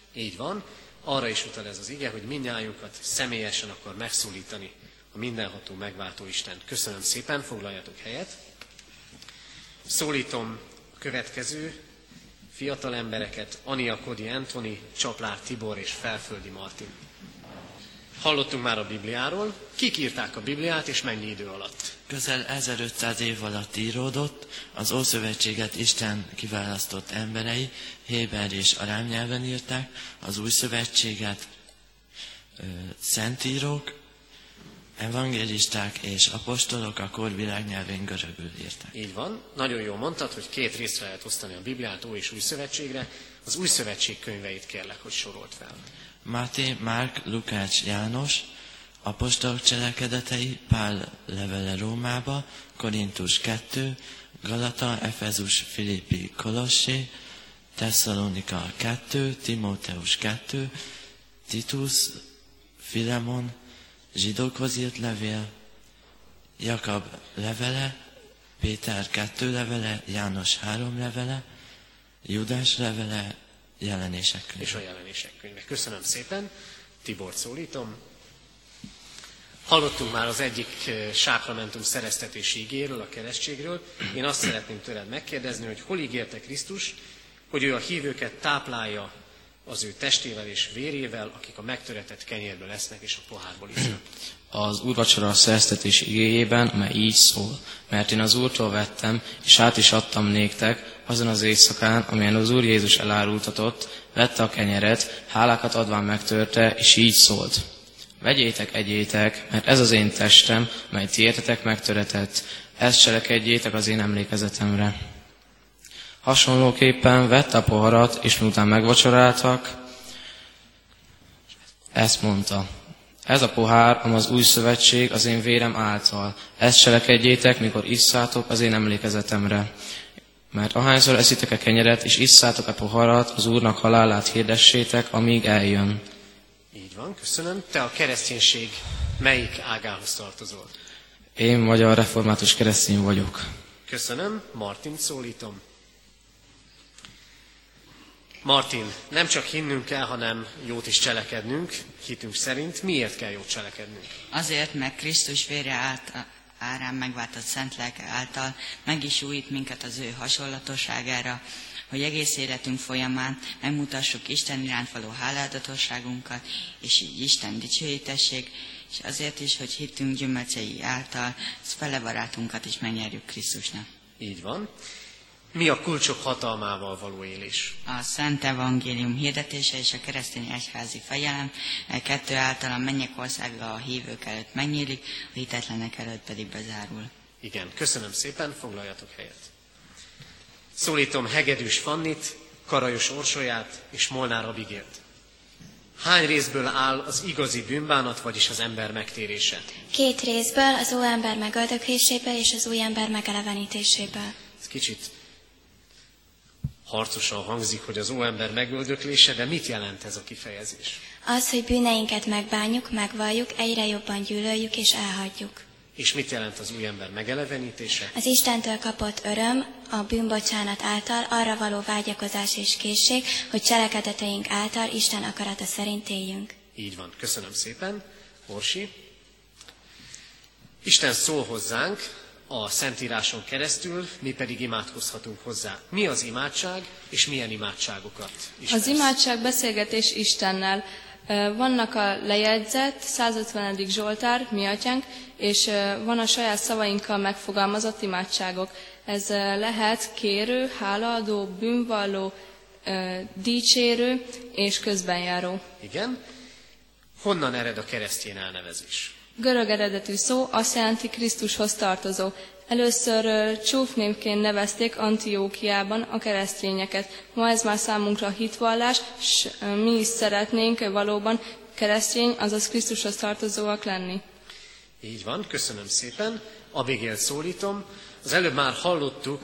Így van, arra is utal ez az ige, hogy mindnyájunkat személyesen akar megszólítani a mindenható megváltó Isten. Köszönöm szépen, foglaljatok helyet. Szólítom a következő fiatal embereket, Ania Kodi Antoni, Csaplár Tibor és Felföldi Martin. Hallottunk már a Bibliáról. Kik írták a Bibliát, és mennyi idő alatt? Közel ezerötszáz év alatt íródott, az Ószövetséget Isten kiválasztott emberei héber és arám nyelven írták, az Új Szövetséget ö, szentírók, evangélisták és apostolok a kor világnyelvén görögül írták. Így van. Nagyon jól mondtad, hogy két részre lehet osztani a Bibliát, Ói és Új Szövetségre. Az Új Szövetség könyveit kérlek, hogy sorolt fel. Máté, Márk, Lukács, János, apostolok cselekedetei, Pál levele Rómába, Korintus kettő, Galata, Efezus, Filippi, Kolossé, Tesszalonika kettő, Timóteus kettő, Titus, Filemon, zsidókhoz írt levél, Jakab levele, Péter kettő levele, János három levele, Judás levele, Jelenések könyve. És a Jelenések könyve. Köszönöm szépen. Tibort szólítom. Hallottunk már az egyik sákramentum szereztetési igéről, a keresztségről. Én azt szeretném tőled megkérdezni, hogy hol ígérte Krisztus, hogy ő a hívőket táplálja az ő testével és vérével, akik a megtöretett kenyérből lesznek és a pohárból isznak. Az úrvacsora szereztetés igéjében, amely így szól, mert én az Úrtól vettem, és át is adtam néktek, azon az éjszakán, amelyen az Úr Jézus elárultatott, vette a kenyeret, hálákat adván megtörte, és így szólt. Vegyétek, egyétek, mert ez az én testem, mely ti értetek megtöretett, ezt cselekedjétek az én emlékezetemre. Hasonlóképpen vette a poharat, és miután megvacsoráltak, ezt mondta. Ez a pohár, am az új szövetség az én vérem által. Ezt cselekedjétek, mikor isszátok az én emlékezetemre. Mert ahányszor eszitek a kenyeret, és isszátok a poharat, az Úrnak halálát hirdessétek, amíg eljön. Így van, köszönöm. Te a kereszténység melyik ágához tartozol? Én magyar református keresztény vagyok. Köszönöm. Martin szólítom. Martin, nem csak hinnünk kell, hanem jót is cselekednünk, hitünk szerint. Miért kell jót cselekednünk? Azért, mert Krisztus vére által, árán megváltott szent lelke által meg is újít minket az ő hasonlatosságára, hogy egész életünk folyamán megmutassuk Isten iránt való háládatosságunkat, és így Isten dicsőítessék, és azért is, hogy hitünk gyümölcsei által fele barátunkat is megnyerjük Krisztusnak. Így van. Mi a kulcsok hatalmával való élés? A Szent Evangélium hirdetése és a keresztény egyházi fejelem, kettő által a mennyek országa a hívők előtt megnyílik, a hitetlenek előtt pedig bezárul. Igen, köszönöm szépen, foglaljatok helyet. Szólítom Hegedűs Fannit, Karajos Orsolyát és Molnár Abigélt. Hány részből áll az igazi bűnbánat, vagyis az ember megtérése? Két részből, az óember megöldökléséből és az új ember megelevenítéséből. Ez kicsit harcosan hangzik, hogy az óember megöldöklése, de mit jelent ez a kifejezés? Az, hogy bűneinket megbánjuk, megvalljuk, egyre jobban gyűlöljük és elhagyjuk. És mit jelent az új ember megelevenítése? Az Istentől kapott öröm, a bűnbocsánat által arra való vágyakozás és készség, hogy cselekedeteink által Isten akarata szerint éljünk. Így van, köszönöm szépen. Orsi. Isten szól hozzánk a Szentíráson keresztül, mi pedig imádkozhatunk hozzá. Mi az imádság, és milyen imádságokat ismersz? Az imádság beszélgetés Istennel. Vannak a lejegyzett százötvenedik Zsoltár, mi atyánk, és van a saját szavainkkal megfogalmazott imádságok. Ez lehet kérő, hálaadó, bűnvalló, dicsérő és közbenjáró. Igen. Honnan ered a keresztény elnevezés? Görög eredetű szó, azt jelenti Krisztushoz tartozó. Először csúfnévként nevezték Antiókiában a keresztényeket. Ma ez már számunkra hitvallás, s mi is szeretnénk valóban keresztény, azaz Krisztushoz tartozóak lenni. Így van, köszönöm szépen. Abigélt szólítom. Az előbb már hallottuk,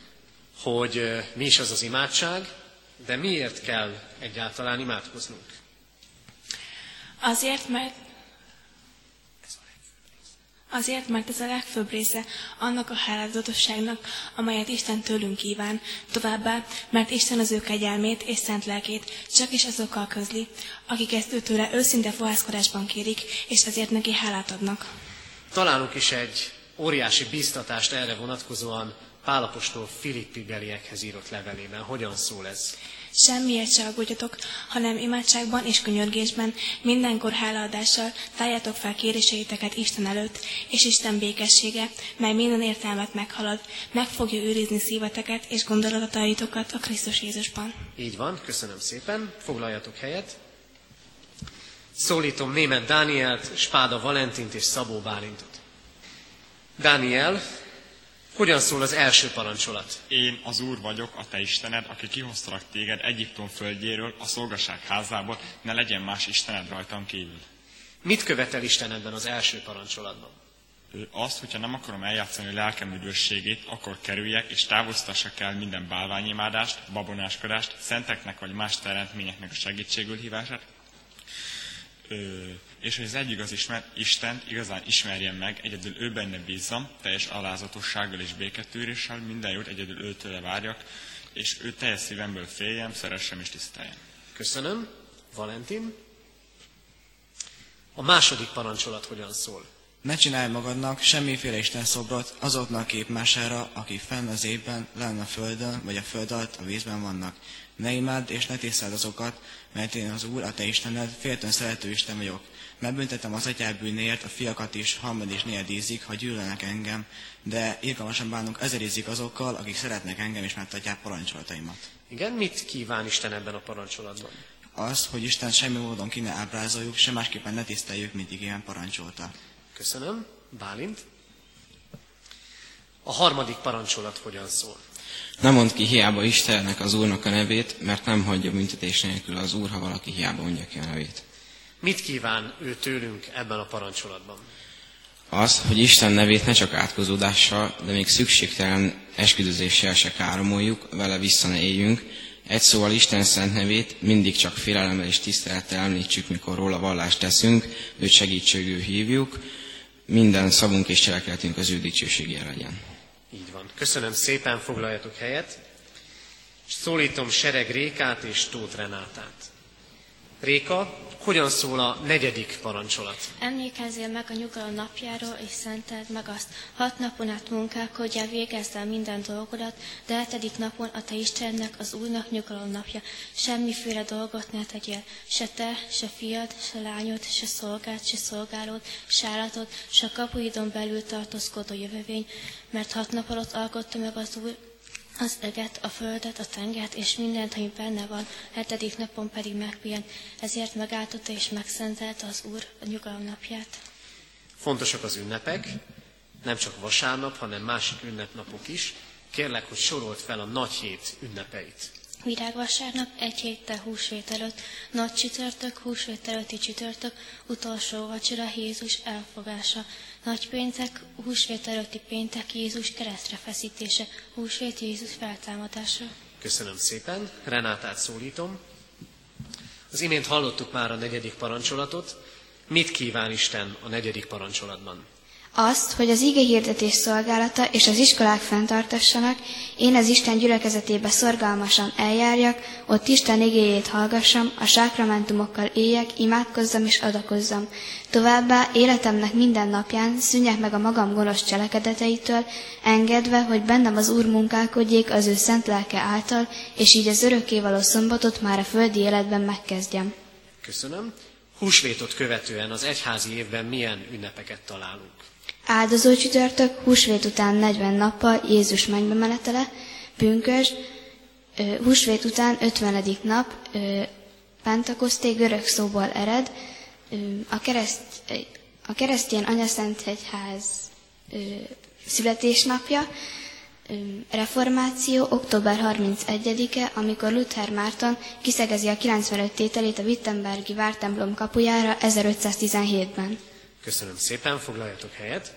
hogy mi is az az imádság, de miért kell egyáltalán imádkoznunk? Azért, mert Azért, mert ez a legfőbb része annak a hálálatosságnak, amelyet Isten tőlünk kíván, továbbá, mert Isten az ő kegyelmét és szent lelkét csak is azokkal közli, akik ezt őtőle őszinte fohászkodásban kérik, és ezért neki hálát adnak. Találunk is egy óriási bíztatást erre vonatkozóan Pál apostol Filippi beliekhez írott levelében. Hogyan szól ez? Semmiért se aggódjatok, hanem imádságban és könyörgésben, mindenkor hálaadással táljátok fel kéréseiteket Isten előtt, és Isten békessége, mely minden értelmet meghalad, meg fogja őrizni szíveteket és gondolataitokat a Krisztus Jézusban. Így van, köszönöm szépen, foglaljatok helyet. Szólítom Németh Dánielt, Spáda Valentint és Szabó Bálintot. Dániel, hogyan szól az első parancsolat? Én az Úr vagyok, a te Istened, aki kihoztalak téged Egyiptom földjéről, a szolgaság házából, ne legyen más Istened rajtam kívül. Mit követel Isten ebben az első parancsolatban? Ő azt, hogyha nem akarom eljátszani lelkem üdvösségét, akkor kerüljek és távoztassak el minden bálványimádást, babonáskodást, szenteknek vagy más teremtményeknek a segítségül hívását, Ö, és hogy az egy igaz ismer, Istent igazán ismerjem meg, egyedül ő benne bízzam, teljes alázatossággal és béketűréssel, minden jót egyedül őtőle várjak, és ő teljes szívemből féljem, szeressem és tiszteljem. Köszönöm. Valentin? A második parancsolat hogyan szól? Ne csinálj magadnak semmiféle Isten szobrot azoknak képmására, akik fenn az égben, lenn a földön, vagy a föld alatt a vízben vannak. Ne imádd és ne tiszteld azokat, mert én az Úr, a te Istened, féltőn szerető Isten vagyok. Megbüntetem az atyák bűnéért, a fiakat is, harmad és négyed ízig, ha gyűlölnek engem, de irgalmasan bánunk ezer ízig azokkal, akik szeretnek engem és megtartják parancsolataimat. Igen, mit kíván Isten ebben a parancsolatban? Azt, hogy Isten semmi módon ki ne ábrázoljuk, sem másképpen ne tiszteljük, mint igen parancsolta. Köszönöm. Bálint? A harmadik parancsolat hogyan szól? Nem mondd ki hiába Istennek az Úrnak a nevét, mert nem hagyja büntetés nélkül az Úr, ha valaki hiába mondja ki a nevét. Mit kíván ő tőlünk ebben a parancsolatban? Az, hogy Isten nevét ne csak átkozódással, de még szükségtelen esküdözéssel se káromoljuk, vele vissza ne éljünk. Egy szóval Isten szent nevét mindig csak félelemmel és tisztelettel említsük, mikor róla vallást teszünk, őt segítségül hívjuk, minden szavunk és cselekedetünk az ő dicsőségére legyen. Így van. Köszönöm szépen, foglaljatok helyet. És szólítom Sereg Rékát és Tóth Renátát. Réka, hogyan szól a negyedik parancsolat? Emlékezzél meg a nyugalom napjáról, és szenteld meg azt. Hat napon át munkálkodjál, végezd el minden dolgodat, de hetedik napon a te Istennek, az Úrnak nyugalom napja. Semmiféle dolgot ne tegyél, se te, se fiad, se lányod, se szolgád, se szolgálód, se állatod, se a kapuidon belül tartózkodó jövővény, mert hat nap alatt alkotta meg az Úr az eget, a földet, a tengert, és mindent, ami benne van, hetedik napon pedig megpihent. Ezért megáltotta és megszentelte az Úr a nyugalom napját. Fontosak az ünnepek, nem csak vasárnap, hanem másik ünnepnapok is. Kérlek, hogy sorold fel a nagy hét ünnepeit. Virágvasárnap, egy héttel húsvét előtt, nagy csütörtök, húsvét előtti csütörtök, utolsó vacsora, Jézus elfogása. Nagy péntek, húsvét előtti péntek, Jézus keresztre feszítése, húsvét, Jézus feltámadása. Köszönöm szépen. Renátát szólítom. Az imént hallottuk már a negyedik parancsolatot. Mit kíván Isten a negyedik parancsolatban? Azt, hogy az igehirdetés szolgálata és az iskolák fenntartassanak, én az Isten gyülekezetébe szorgalmasan eljárjak, ott Isten igéjét hallgassam, a sákramentumokkal éljek, imádkozzam és adakozzam. Továbbá életemnek minden napján szűnjek meg a magam gonosz cselekedeteitől, engedve, hogy bennem az Úr munkálkodjék az ő szent lelke által, és így az örökkévaló szombatot már a földi életben megkezdjem. Köszönöm. Húsvétot követően az egyházi évben milyen ünnepeket találunk? Áldozó csütörtök, húsvét után negyven nappal Jézus mennybe menetele, pünkösd, húsvét után ötvenedik nap, Pentekoszté görög szóból ered, a, kereszt, a keresztény anyaszentegyház születésnapja, reformáció október harmincegyedike, amikor Luther Márton kiszegezi a kilencvenöt tételét a wittenbergi vártemplom kapujára ezerötszáztizenhétben. Köszönöm szépen, foglaljatok helyet.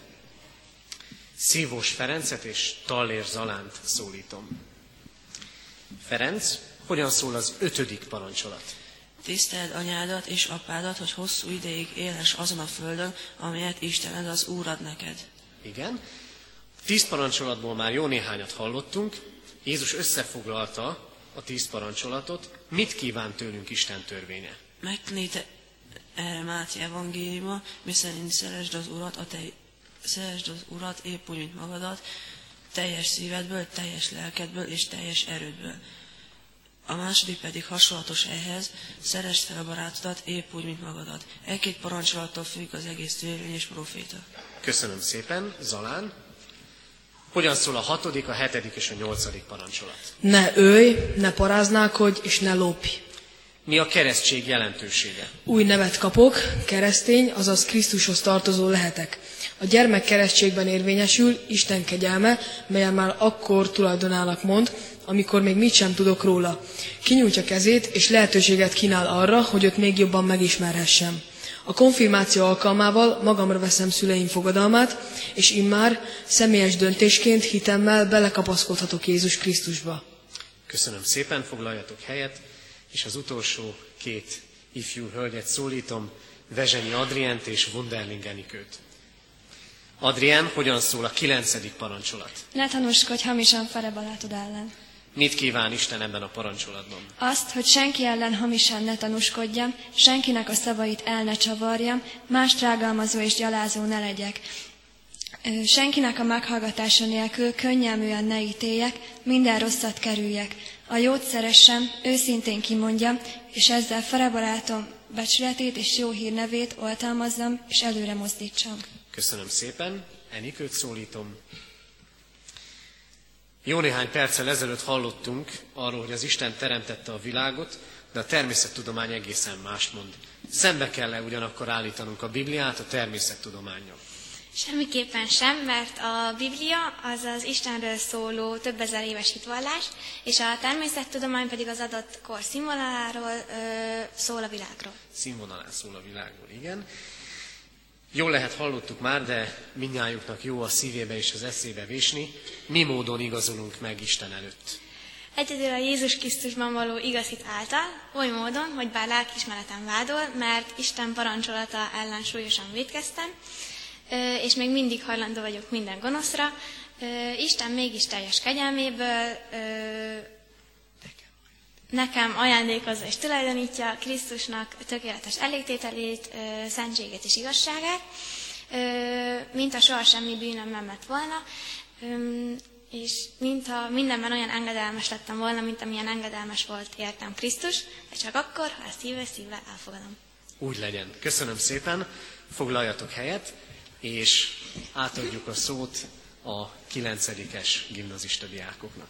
Szívós Ferencet és Tallér Zalánt szólítom. Ferenc, hogyan szól az ötödik parancsolat? Tiszteld anyádat és apádat, hogy hosszú ideig élhess azon a földön, amelyet Istened az Úr ad neked. Igen. Tíz parancsolatból már jó néhányat hallottunk. Jézus összefoglalta a tíz parancsolatot. Mit kíván tőlünk Isten törvénye? Megtanít erre Máté evangéliuma, miszerint szeresd az Urat, a te, szeresd az Urat épp úgy, mint magadat, teljes szívedből, teljes lelkedből és teljes erődből. A második pedig hasonlatos ehhez, szeresd fel a barátodat épp úgy, mint magadat. E-két parancsolattól függ az egész törvény és proféta. Köszönöm szépen. Zalán? Hogyan szól a hatodik, a hetedik és a nyolcadik parancsolat? Ne ölj, ne paráználkodj és ne lopj. Mi a keresztség jelentősége? Új nevet kapok, keresztény, azaz Krisztushoz tartozó lehetek. A gyermek keresztségben érvényesül Isten kegyelme, melyen már akkor tulajdonának mond, amikor még mit sem tudok róla. Kinyújtja kezét, és lehetőséget kínál arra, hogy őt még jobban megismerhessem. A konfirmáció alkalmával magamra veszem szüleim fogadalmát, és immár személyes döntésként hitemmel belekapaszkodhatok Jézus Krisztusba. Köszönöm szépen, foglaljatok helyet, és az utolsó két ifjú hölgyet szólítom, Vezsenyi Adriánt és Wunderling Enikőt. Adrián, hogyan szól a kilencedik parancsolat? Ne tanúskodj hamisan fele barátod ellen. Mit kíván Isten ebben a parancsolatban? Azt, hogy senki ellen hamisan ne tanúskodjam, senkinek a szavait el ne csavarjam, más rágalmazó és gyalázó ne legyek. Senkinek a meghallgatása nélkül könnyelműen ne ítéljek, minden rosszat kerüljek. A jót szeressem, őszintén kimondjam, és ezzel fele barátom becsületét és jó hírnevét oltalmazzam, és előre mozdítsam. Köszönöm szépen, Enikőt szólítom. Jó néhány perccel ezelőtt hallottunk arról, hogy az Isten teremtette a világot, de a természettudomány egészen mást mond. Szembe kell-e ugyanakkor állítanunk a Bibliát a természettudománnyal? Semmiképpen sem, mert a Biblia az az Istenről szóló több ezer éves hitvallás, és a természettudomány pedig az adott kor színvonaláról ö, szól a világról. Színvonalán szól a világról, igen. Jól lehet, hallottuk már, de mindnyájuknak jó a szívébe és az eszébe vésni. Mi módon igazolunk meg Isten előtt? Egyedül a Jézus Krisztusban való igazit által, oly módon, hogy bár lelkiismeretem vádol, mert Isten parancsolata ellen súlyosan vétkeztem, és még mindig hajlandó vagyok minden gonoszra, Isten mégis teljes kegyelméből nekem ajándékozza és tulajdonítja Krisztusnak tökéletes elégtételét, szentségét és igazságát, mint ha soha semmi bűnöm nem lett volna, és mint ha mindenben olyan engedelmes lettem volna, mint amilyen engedelmes volt értem Krisztus, de csak akkor, ha ezt szívvel szívvel elfogadom. Úgy legyen. Köszönöm szépen, foglaljatok helyet, és átadjuk a szót a kilencedikes gimnazista diákoknak.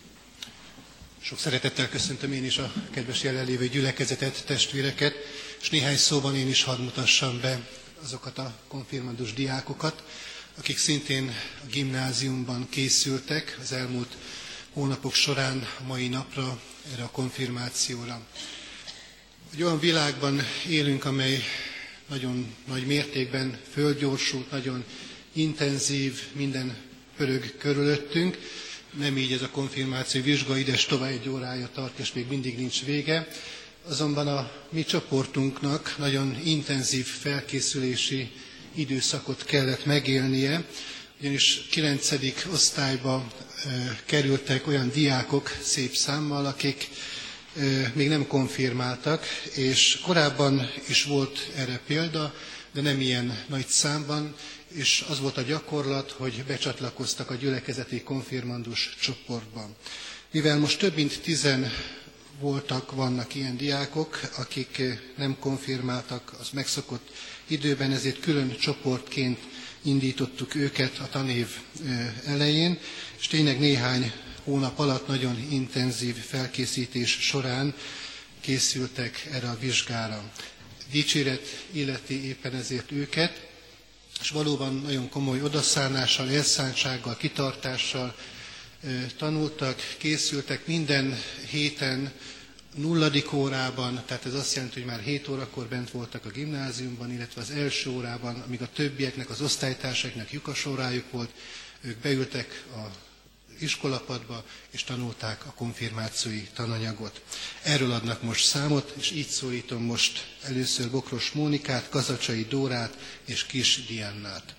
Sok szeretettel köszöntöm én is a kedves jelenlévő gyülekezetet, testvéreket, és néhány szóban én is hadd mutassam be azokat a konfirmandus diákokat, akik szintén a gimnáziumban készültek az elmúlt hónapok során a mai napra, erre a konfirmációra. Egy olyan világban élünk, amely nagyon nagy mértékben földgyorsult, nagyon intenzív, minden pörög körülöttünk. Nem így ez a konfirmáció vizsga, ides tovább egy órája tart, és még mindig nincs vége. Azonban a mi csoportunknak nagyon intenzív felkészülési időszakot kellett megélnie, ugyanis kilencedik osztályba e, kerültek olyan diákok szép számmal, akik e, még nem konfirmáltak, és korábban is volt erre példa, de nem ilyen nagy számban, és az volt a gyakorlat, hogy becsatlakoztak a gyülekezeti konfirmandus csoportba. Mivel most több mint tizen voltak, vannak ilyen diákok, akik nem konfirmáltak az megszokott időben, ezért külön csoportként indítottuk őket a tanév elején, és tényleg néhány hónap alatt nagyon intenzív felkészítés során készültek erre a vizsgára. Dicséret illeti éppen ezért őket, és valóban nagyon komoly odaszánással, elszántsággal, kitartással tanultak, készültek minden héten, nulladik órában, tehát ez azt jelenti, hogy már hét órakor bent voltak a gimnáziumban, illetve az első órában, amíg a többieknek, az osztálytársaiknak lyukas órájuk volt, ők beültek a iskolapadba, és tanulták a konfirmációi tananyagot. Erről adnak most számot, és így szólítom most először Bokros Mónikát, Kazacsai Dórát és Kis Diannát.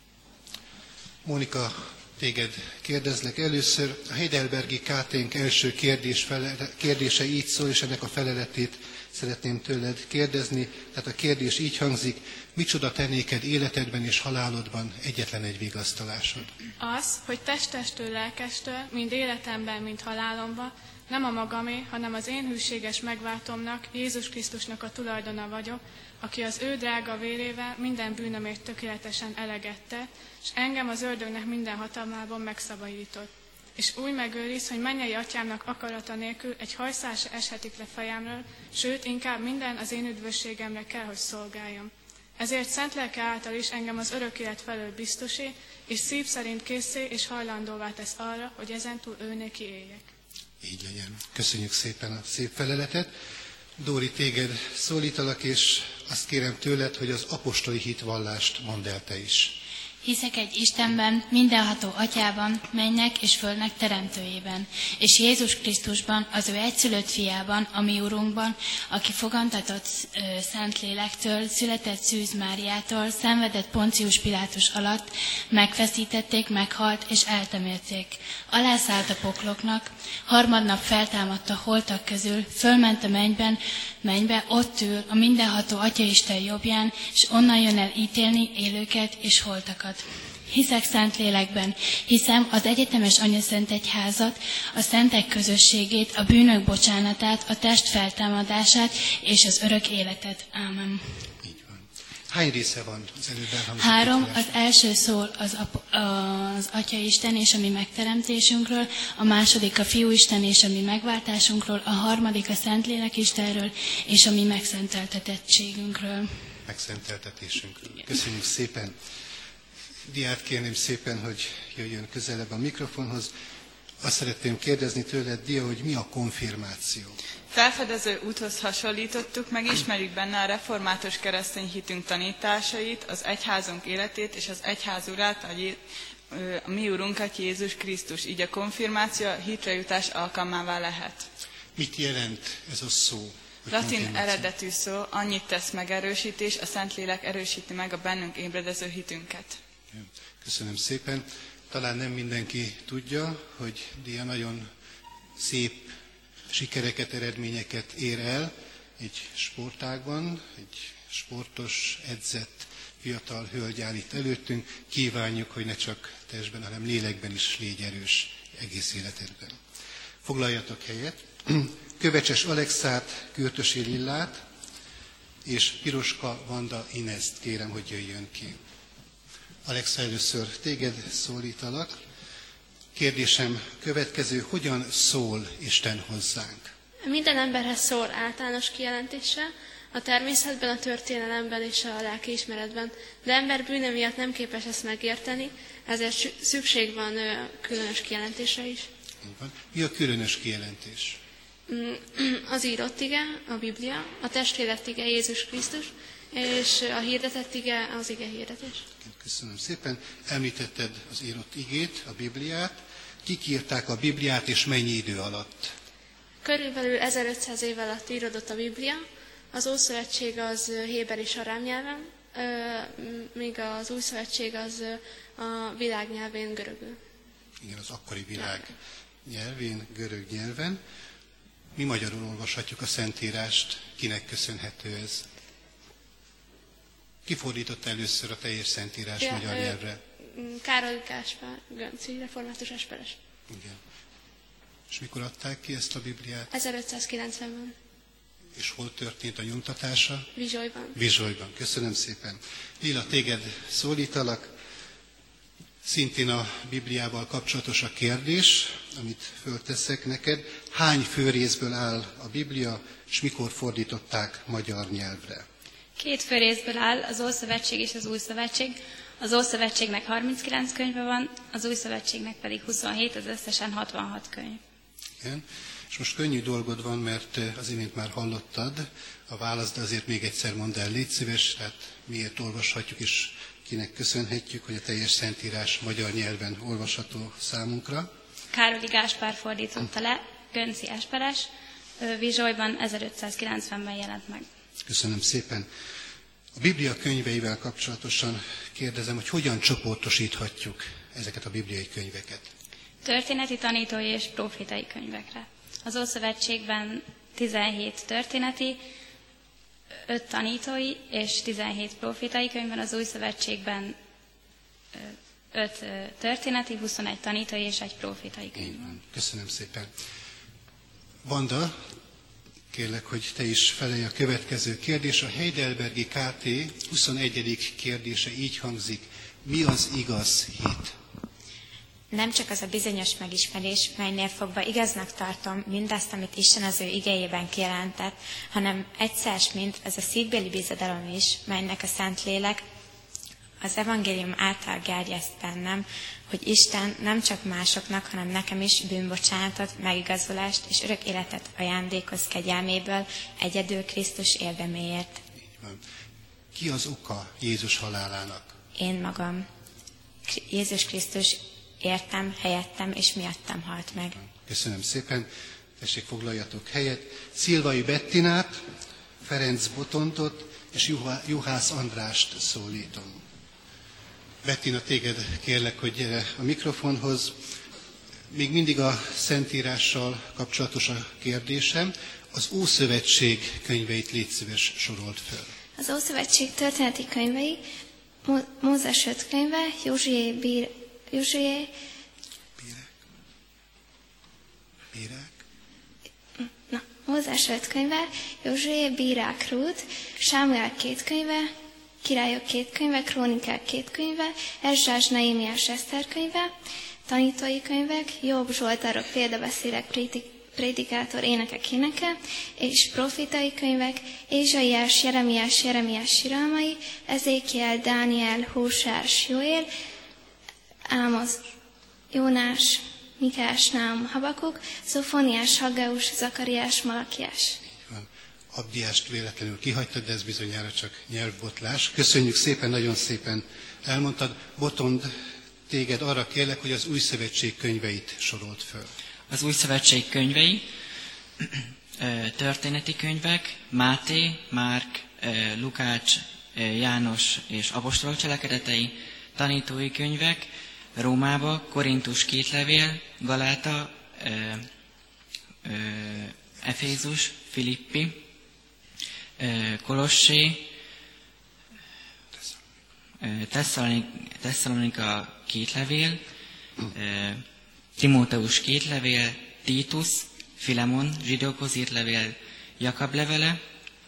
Mónika, téged kérdezlek először. A Heidelbergi ká té-nk első kérdés fele, kérdése így szól, és ennek a feleletét szeretném tőled kérdezni. Tehát a kérdés így hangzik: micsoda te néked életedben és halálodban egyetlen egy vigasztalásod? Az, hogy testestől, lelkestől, mind életemben, mind halálomban, nem a magamé, hanem az én hűséges megváltomnak, Jézus Krisztusnak a tulajdona vagyok, aki az ő drága vérével minden bűnömért tökéletesen elegette, és engem az ördögnek minden hatalmában megszabadított. És úgy megőriz, hogy mennyei atyámnak akarata nélkül egy hajszál se eshetik le fejemről, sőt, inkább minden az én üdvösségemre kell, hogy szolgáljon. Ezért szent lelke által is engem az örök élet felől biztosít, és szív szerint készé és hajlandóvá tesz arra, hogy ezentúl ő neki éljek. Így legyen. Köszönjük szépen a szép feleletet. Dóri, téged szólítalak, és azt kérem tőled, hogy az apostoli hitvallást mondd el te is. Hiszek egy Istenben, mindenható atyában, mennynek és földnek teremtőjében, és Jézus Krisztusban, az ő egyszülött fiában, a mi Urunkban, aki fogantatott ö, Szentlélektől, született Szűz Máriától, szenvedett Poncius Pilátus alatt, megfeszítették, meghalt és eltemették. Alászállt a pokloknak, harmadnap feltámadt a holtak közül, fölment a mennyben, mennybe, ott ül a mindenható Atyaisten jobbján, és onnan jön el ítélni élőket és holtakat. Hiszek Szentlélekben, hiszem az egyetemes Anyaszent Egyházat, a szentek közösségét, a bűnök bocsánatát, a test feltámadását és az örök életet. Ámen. Hány része van az előbb elhangzott? Három, az első szól az, ap- az Atyaisten és a mi megteremtésünkről, a második a Fiúisten és a mi megváltásunkról, a harmadik a Szentlélek Istenről és a mi megszenteltetettségünkről. Megszenteltetésünkről. Köszönjük szépen. Diát kérném szépen, hogy jöjjön közelebb a mikrofonhoz. Azt szeretném kérdezni tőled, Dia, hogy mi a konfirmáció? Felfedező úthoz hasonlítottuk, meg ismerjük benne a református keresztény hitünk tanításait, az egyházunk életét és az egyház urát, a, Jé- a mi urunkat, Jézus Krisztus. Így a konfirmáció a hitre jutás alkalmává lehet. Mit jelent ez a szó? Latin eredetű szó, annyit tesz megerősítés, a Szentlélek erősíti meg a bennünk ébredező hitünket. Köszönöm szépen. Talán nem mindenki tudja, hogy Dia nagyon szép sikereket, eredményeket ér el egy sportágban, egy sportos, edzett fiatal hölgy áll itt előttünk. Kívánjuk, hogy ne csak testben, hanem lélekben is légy erős egész életedben. Foglaljatok helyet. Kövecses Alexát, Kürtösi Lillát és Piroska Vanda Inezt kérem, hogy jöjjön ki. Alexa, először téged szólítalak. Kérdésem következő: hogyan szól Isten hozzánk? Minden emberhez szól általános kijelentéssel, a természetben, a történelemben és a lelkiismeretben, de ember bűne miatt nem képes ezt megérteni, ezért szükség van különös kijelentésre is. Mi a különös kijelentés? Az írott ige, a Biblia, a testlélek ige Jézus Krisztus, és a hirdetett ige az ige hirdetés. Köszönöm szépen. Említetted az írott igét, a Bibliát. Kik írták a Bibliát, és mennyi idő alatt? Körülbelül ezerötszáz év alatt íródott a Biblia, az Ószövetség az héber és arám nyelven, míg az Új Szövetség az a világ nyelvén, görögül. Igen, az akkori világ nyelvén, görög nyelven. Mi magyarul olvashatjuk a Szentírást, kinek köszönhető ez? Ki fordította először a teljes Szentírás ja, magyar nyelvre? Károly Gáspár Gönci, református esperes. Igen. És mikor adták ki ezt a Bibliát? ezerötszázkilencvenben. És hol történt a nyomtatása? Vizsolyban. Vizsolyban. Köszönöm szépen. Lila, téged szólítalak. Szintén a Bibliával kapcsolatos a kérdés, amit fölteszek neked. Hány főrészből áll a Biblia, és mikor fordították magyar nyelvre? Két főrészből áll, az Ószövetség és az Új Szövetség. Az Ószövetségnek harminckilenc könyve van, az Új Szövetségnek pedig huszonhét, az összesen hatvanhat könyv. Igen. És most könnyű dolgod van, mert az imént már hallottad a választ, de azért még egyszer mondd el, légy szíves, hát miért olvashatjuk, és kinek köszönhetjük, hogy a teljes Szentírás magyar nyelven olvasható számunkra. Károli Gáspár fordította le, Gönci Esperes, Vizsolyban ezerötszázkilencvenben jelent meg. Köszönöm szépen. A Biblia könyveivel kapcsolatosan kérdezem, hogy hogyan csoportosíthatjuk ezeket a bibliai könyveket? Történeti, tanítói és profétai könyvekre. Az Ószövetségben tizenhét történeti, öt tanítói és tizenhét profétai könyvben, az Új Szövetségben öt történeti, huszonegy tanítói és egy profétai könyv. Köszönöm szépen. Vanda, kérlek, hogy te is felelj a következő kérdés. A Heidelbergi ká té huszonegyedik kérdése így hangzik. Mi az igaz hit? Nem csak az a bizonyos megismerés, melynél fogva igaznak tartom mindazt, amit Isten az ő igéjében kijelentett, hanem egyszer, mint ez a szívbéli bizodalom is, melynek a Szentlélek az evangélium által gerjeszt bennem, hogy Isten nem csak másoknak, hanem nekem is bűnbocsánatot, megigazulást és örök életet ajándékoz kegyelméből egyedül Krisztus érdeméért. Ki az oka Jézus halálának? Én magam. Jézus Krisztus értem, helyettem és miattam halt meg. Köszönöm szépen. Tessék, foglaljatok helyet. Szilvai Bettinát, Ferenc Botondot és Juhász Andrást szólítom. Bettina, téged kérlek, hogy gyere a mikrofonhoz. Még mindig a Szentírással kapcsolatos a kérdésem. Az Ószövetség könyveit légy szíves sorolt föl. Az Ószövetség történeti könyvei, Mózes öt könyve, Józsué, Bír, Józsué, Bírák. Bírák. Na, Mózes öt könyve, Józsué, Bírák, Rút, Sámuel két könyve, Királyok két könyve, Krónikák két könyve, Ezsás, Nehémiás, Eszter könyve, tanítói könyvek, Jobb, Zsoltárok, példabeszélek, prédikátor, énekek, éneke, és profétai könyvek, Ézsaiás, Jeremiás, Jeremiás siralmai, Ezékiel, Dániel, Hósás, Jóél, Ámoz, Jónás, Mikás, Náum, Habakuk, Szofóniás, Haggeus, Zakariás, Malakiás. Abdiást véletlenül kihagytad, de ez bizonyára csak nyelvbotlás. Köszönjük szépen, nagyon szépen elmondtad. Botond, téged arra kérlek, hogy az Új Szövetség könyveit sorolt föl. Az Új Szövetség könyvei, történeti könyvek, Máté, Márk, Lukács, János és apostolok cselekedetei, tanítói könyvek, Rómába, Korintus két levél, Galáta, Efézus, Filippi, Kolossé, Tesszalonika két levél, Timóteus két levél, Títusz, Filemon, zsidókhoz írt levél, Jakab levele,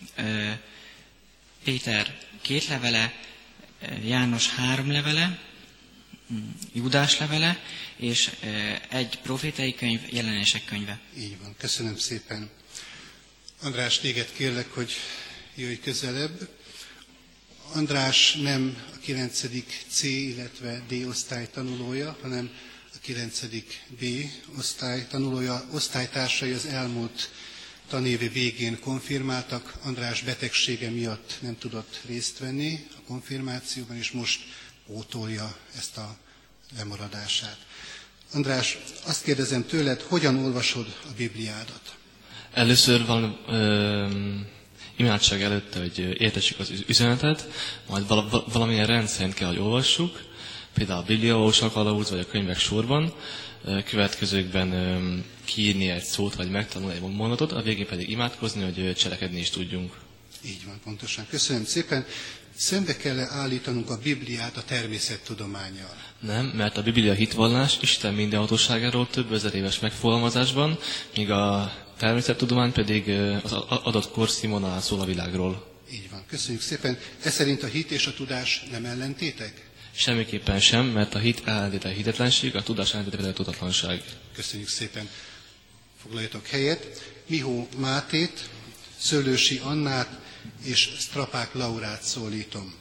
Péter két levele, János három levele, Júdás levele, és egy profétai könyv, Jelenések könyve. Így van, köszönöm szépen. András, téged kérlek, hogy jöjj közelebb. András nem a kilencedik C, illetve D osztály tanulója, hanem a kilencedik B osztály tanulója. Osztálytársai az elmúlt tanévi végén konfirmáltak. András betegsége miatt nem tudott részt venni a konfirmációban, és most pótolja ezt a lemaradását. András, azt kérdezem tőled, hogyan olvasod a Bibliádat? Először van ö, imádság előtt, hogy értessük az üzenetet, majd val- valamilyen rendszerint kell, hogy olvassuk, például a Bibliaolvasók alauz, vagy a könyvek sorban, következőkben ö, kiírni egy szót, vagy megtanulni egy mondatot, a végén pedig imádkozni, hogy cselekedni is tudjunk. Így van, pontosan. Köszönöm szépen. Szembe kell állítanunk a Bibliát a természettudománnyal? Nem, mert a Biblia hitvallás Isten mindenhatóságáról több ezer éves megfogalmazásban, míg a természettudomány pedig az adott kor színvonalán szól a világról. Így van, köszönjük szépen. Ez szerint a hit és a tudás nem ellentétek? Semmiképpen sem, mert a hit ellentéte hithetlenség, a tudás ellentéte tudatlanság. Köszönjük szépen. Foglaljatok helyet. Mihó Mátét, Szőlősi Annát és Strapák Laurát szólítom.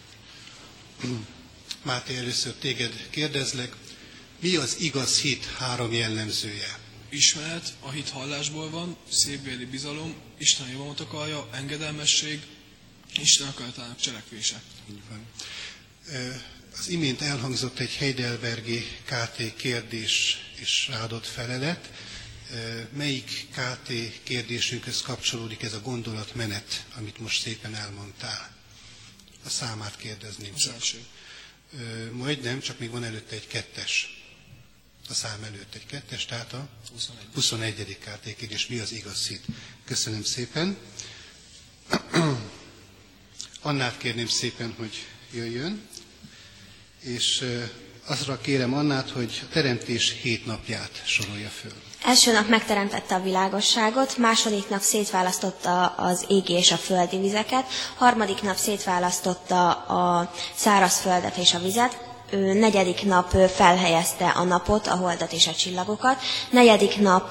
Máté, először téged kérdezlek, mi az igaz hit három jellemzője? Ismeret, a hit hallásból van, szívbéli bizalom, Isten javamot akarja, engedelmesség, Isten akaratának cselekvése. Így van. Az imént elhangzott egy Heidelbergi ká té kérdés és ráadott felelet. Melyik ká té kérdésünkhöz kapcsolódik ez a gondolatmenet, amit most szépen elmondtál? A számát kérdezném csak. Majdnem, csak még van előtte egy kettes. A szám előtt egy kettes, tehát a huszonegyedik ká té kérdés. Mi az igaz szit? Köszönöm szépen. Annát kérném szépen, hogy jöjjön, és azra kérem Annát, hogy a teremtés hét napját sorolja föl. Első nap megteremtette a világosságot, második nap szétválasztotta az égi és a földi vizeket, harmadik nap szétválasztotta a szárazföldet és a vizet, negyedik nap felhelyezte a napot, a holdat és a csillagokat, negyedik nap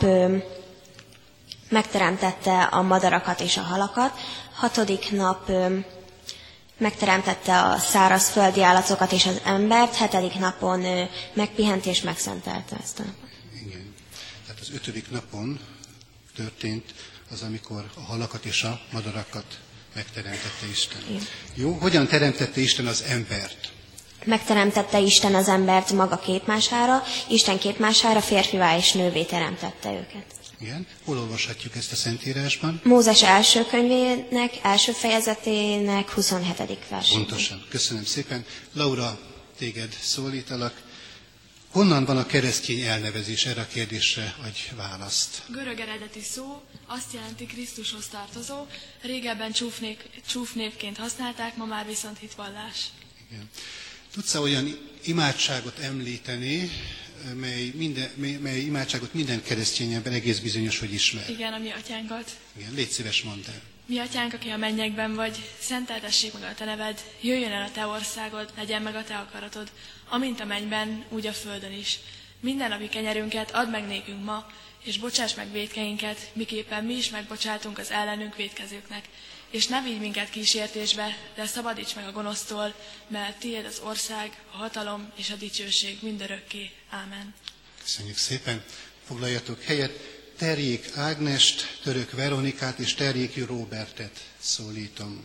megteremtette a madarakat és a halakat, hatodik nap megteremtette a száraz földi állatokat és az embert, hetedik napon megpihent és megszentelte ezt a napot. Igen. Tehát az ötödik napon történt az, amikor a halakat és a madarakat megteremtette Isten. Igen. Jó, hogyan teremtette Isten az embert? Megteremtette Isten az embert maga képmására, Isten képmására férfivá és nővé teremtette őket. Igen. Hol olvashatjuk ezt a Szentírásban? Mózes első könyvének, első fejezetének huszonhetedik versében. Pontosan. Köszönöm szépen. Laura, téged szólítalak. Honnan van a keresztény elnevezés? Erre a kérdésre adj választ. Görög eredeti szó azt jelenti Krisztushoz tartozó, régebben csúfnév, csúfnévként használták, ma már viszont hitvallás. Igen. Tudsz-e olyan imádságot említeni, mely, minden, mely, mely imádságot minden keresztény ember egész bizonyos, hogy ismer? Igen, a mi atyánkat. Igen, légy szíves, mondd el. Mi atyánk, aki a mennyekben vagy, szenteltessék meg a te neved, jöjjön el a te országod, legyen meg a te akaratod, amint a mennyben, úgy a földön is. Minden napi kenyerünket add meg nékünk ma, és bocsáss meg vétkeinket, miképpen mi is megbocsátunk az ellenünk vétkezőknek. És ne vigy minket kísértésbe, de szabadíts meg a gonosztól, mert tiéd az ország, a hatalom és a dicsőség mindörökké. Ámen. Köszönjük szépen. Foglaljatok helyet. Terjék Ágnest, Török Veronikát és Terjék Róbertet szólítom.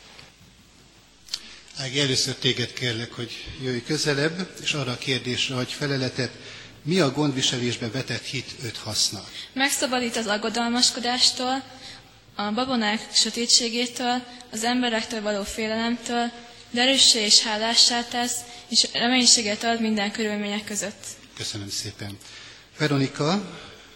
Ági, először téged kérlek, hogy jöjj közelebb, és arra a kérdésre adj feleletet, mi a gondviselésbe vetett hit öt haszna? Megszabadít az aggodalmaskodástól, a babonák sötétségétől, az emberektől való félelemtől, de erőssé és hálássá tesz, és reménységet ad minden körülmények között. Köszönöm szépen. Veronika,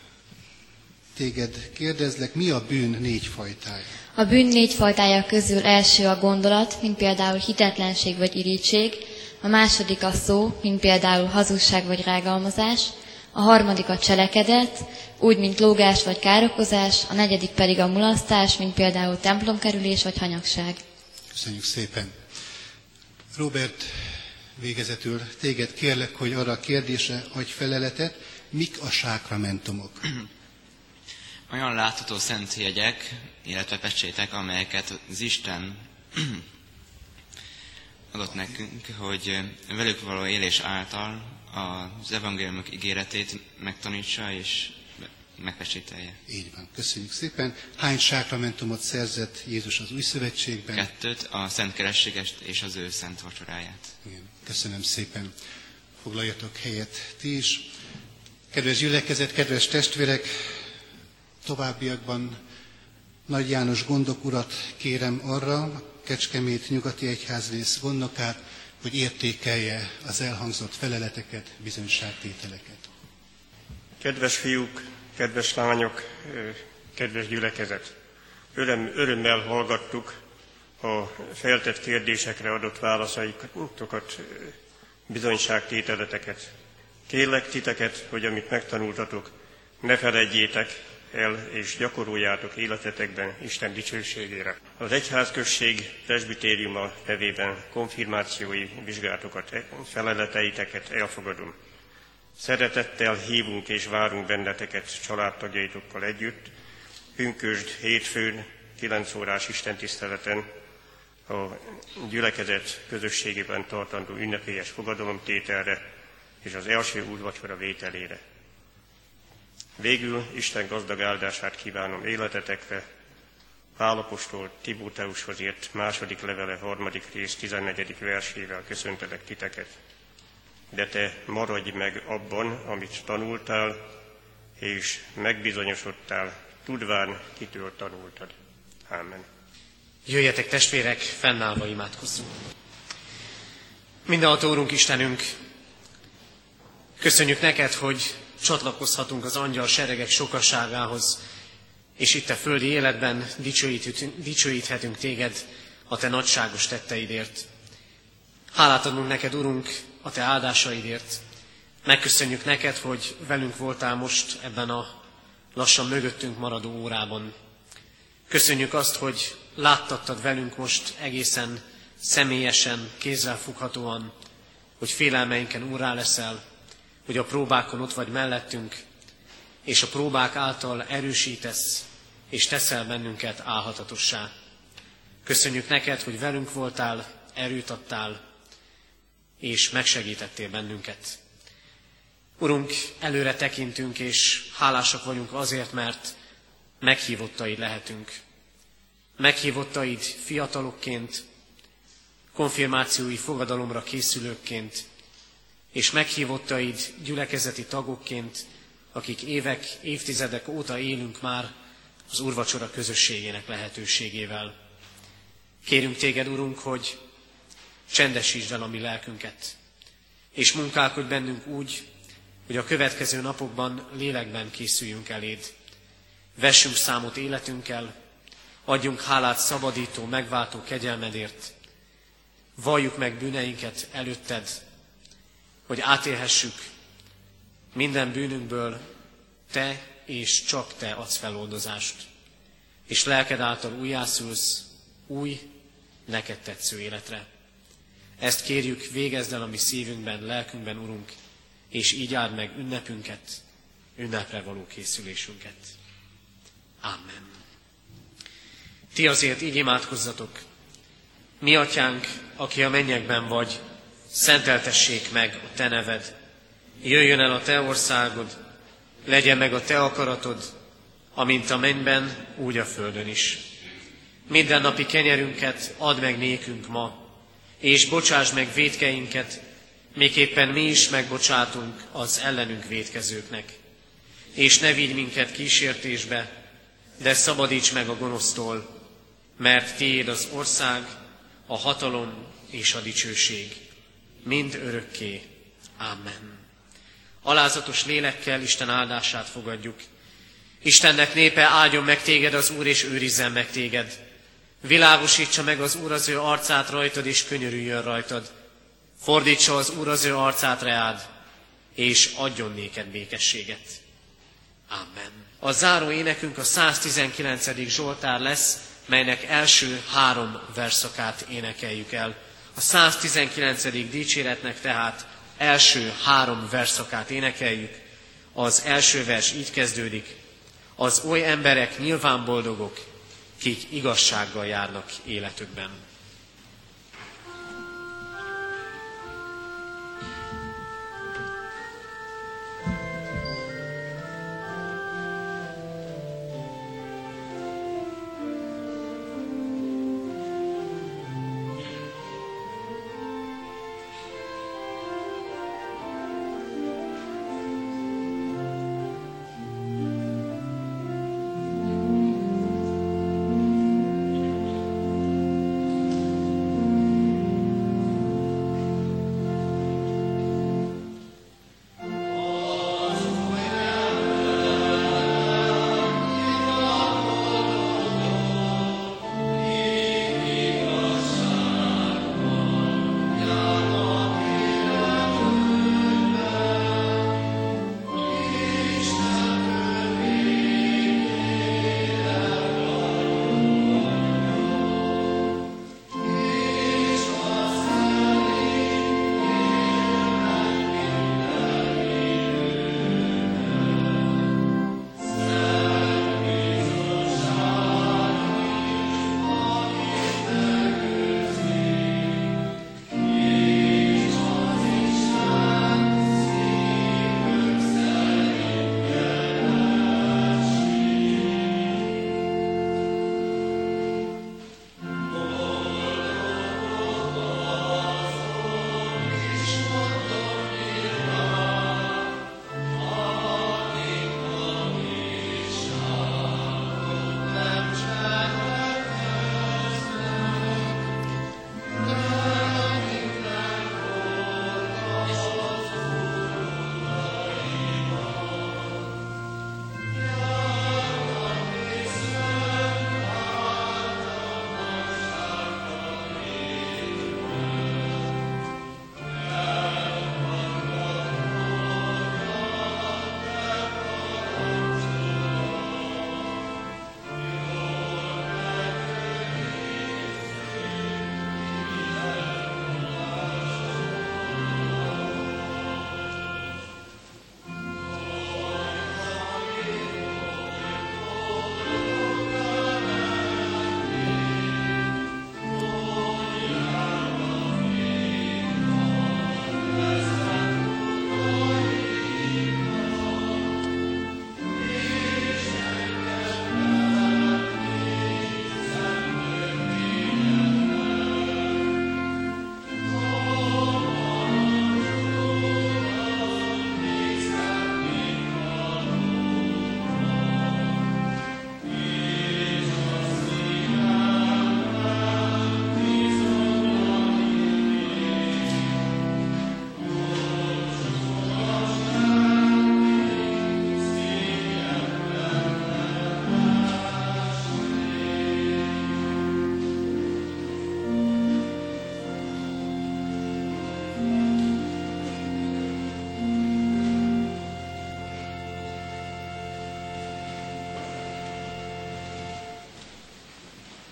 téged kérdezlek, mi a bűn négy fajtája? A bűn négy fajtája közül első a gondolat, mint például hitetlenség vagy irigység, a második a szó, mint például hazugság vagy rágalmazás, a harmadik a cselekedet, úgy, mint lógás vagy károkozás, a negyedik pedig a mulasztás, mint például templomkerülés vagy hanyagság. Köszönjük szépen. Robert, végezetül téged kérlek, hogy arra a kérdésre adj feleletet, mik a sákramentumok? Olyan látható szent jegyek, illetve pecsétek, amelyeket az Isten adott nekünk, hogy velük való élés által az evangéliumok ígéretét megtanítsa és megpecsételje. Így van, köszönjük szépen. Hány sákramentumot szerzett Jézus az új szövetségben? Kettőt, a Szent Kerességest és az ő szent vacsoráját. Igen, köszönöm szépen. Foglaljatok helyet ti is. Kedves gyülekezet, kedves testvérek, továbbiakban Nagy János gondok urat kérem arra, Kecskemét nyugati egyházrész gondnokát, hogy értékelje az elhangzott feleleteket, bizonyságtételeket. Kedves fiúk, kedves lányok, kedves gyülekezet! Öröm, örömmel hallgattuk a feltett kérdésekre adott válaszaitokat, bizonyságtételeteket. Kérlek titeket, hogy amit megtanultatok, ne feledjétek el és gyakoroljátok életetekben Isten dicsőségére. Az egyházközség presbitériuma nevében konfirmációi vizsgálatokat, feleleteiteket elfogadom. Szeretettel hívunk és várunk benneteket családtagjaitokkal együtt, pünkösd hétfőn, kilenc órás istentiszteleten, a gyülekezet közösségében tartandó ünnepélyes fogadalomtételre és az első úrvacsora vételére. Végül Isten gazdag áldását kívánom életetekre, Pál apostol Timóteushoz írt második levele harmadik rész tizennegyedik versével köszöntelek titeket. De te maradj meg abban, amit tanultál, és megbizonyosodtál, tudván, kitől tanultad. Ámen. Jöjjetek, testvérek, fennállva imádkozzunk. Mindenható Úrunk, Istenünk, köszönjük neked, hogy csatlakozhatunk az angyal seregek sokasságához, és itt a földi életben dicsőíthetünk téged a te nagyságos tetteidért. Hálát adunk neked, Urunk, a te áldásaidért. Megköszönjük neked, hogy velünk voltál most ebben a lassan mögöttünk maradó órában. Köszönjük azt, hogy láttattad velünk most egészen személyesen, kézzelfoghatóan, hogy félelmeinken úrrá leszel, hogy a próbákon ott vagy mellettünk, és a próbák által erősítesz, és teszel bennünket álhatatossá. Köszönjük neked, hogy velünk voltál, erőt adtál, és megsegítettél bennünket. Urunk, előre tekintünk, és hálásak vagyunk azért, mert meghívottaid lehetünk. Meghívottaid fiatalokként, konfirmációi fogadalomra készülőkként, és meghívottaid gyülekezeti tagokként, akik évek, évtizedek óta élünk már az úrvacsora közösségének lehetőségével. Kérünk téged, Urunk, hogy csendesítsd el a mi lelkünket, és munkálkodj bennünk úgy, hogy a következő napokban lélekben készüljünk eléd. Vessünk számot életünkkel, adjunk hálát szabadító, megváltó kegyelmedért, valljuk meg bűneinket előtted, hogy átélhessük minden bűnünkből te és csak te adsz feloldozást, és lelked által újjászülsz új, neked tetsző életre. Ezt kérjük, végezd el a mi szívünkben, lelkünkben, Urunk, és így áld meg ünnepünket, ünnepre való készülésünket. Amen. Ti azért így imádkozzatok. Mi atyánk, aki a mennyekben vagy, szenteltessék meg a te neved. Jöjjön el a te országod, legyen meg a te akaratod, amint a mennyben, úgy a földön is. Mindennapi kenyerünket add meg nékünk ma, és bocsásd meg vétkeinket, miképpen mi is megbocsátunk az ellenünk vétkezőknek. És ne vigy minket kísértésbe, de szabadíts meg a gonosztól, mert tiéd az ország, a hatalom és a dicsőség, mind örökké. Amen. Alázatos lélekkel Isten áldását fogadjuk. Istennek népe, áldjon meg téged az Úr, és őrizzen meg téged. Világosítsa meg az Úr az ő arcát rajtad, és könyörüljön rajtad. Fordítsa az Úr az ő arcát reád, és adjon néked békességet. Amen. A záró énekünk a száztizenkilencedik Zsoltár lesz, melynek első három verszakát énekeljük el. A száztizenkilencedik dicséretnek tehát első három verszakát énekeljük. Az első vers így kezdődik: az oly emberek nyilván boldogok, kik igazsággal járnak életükben.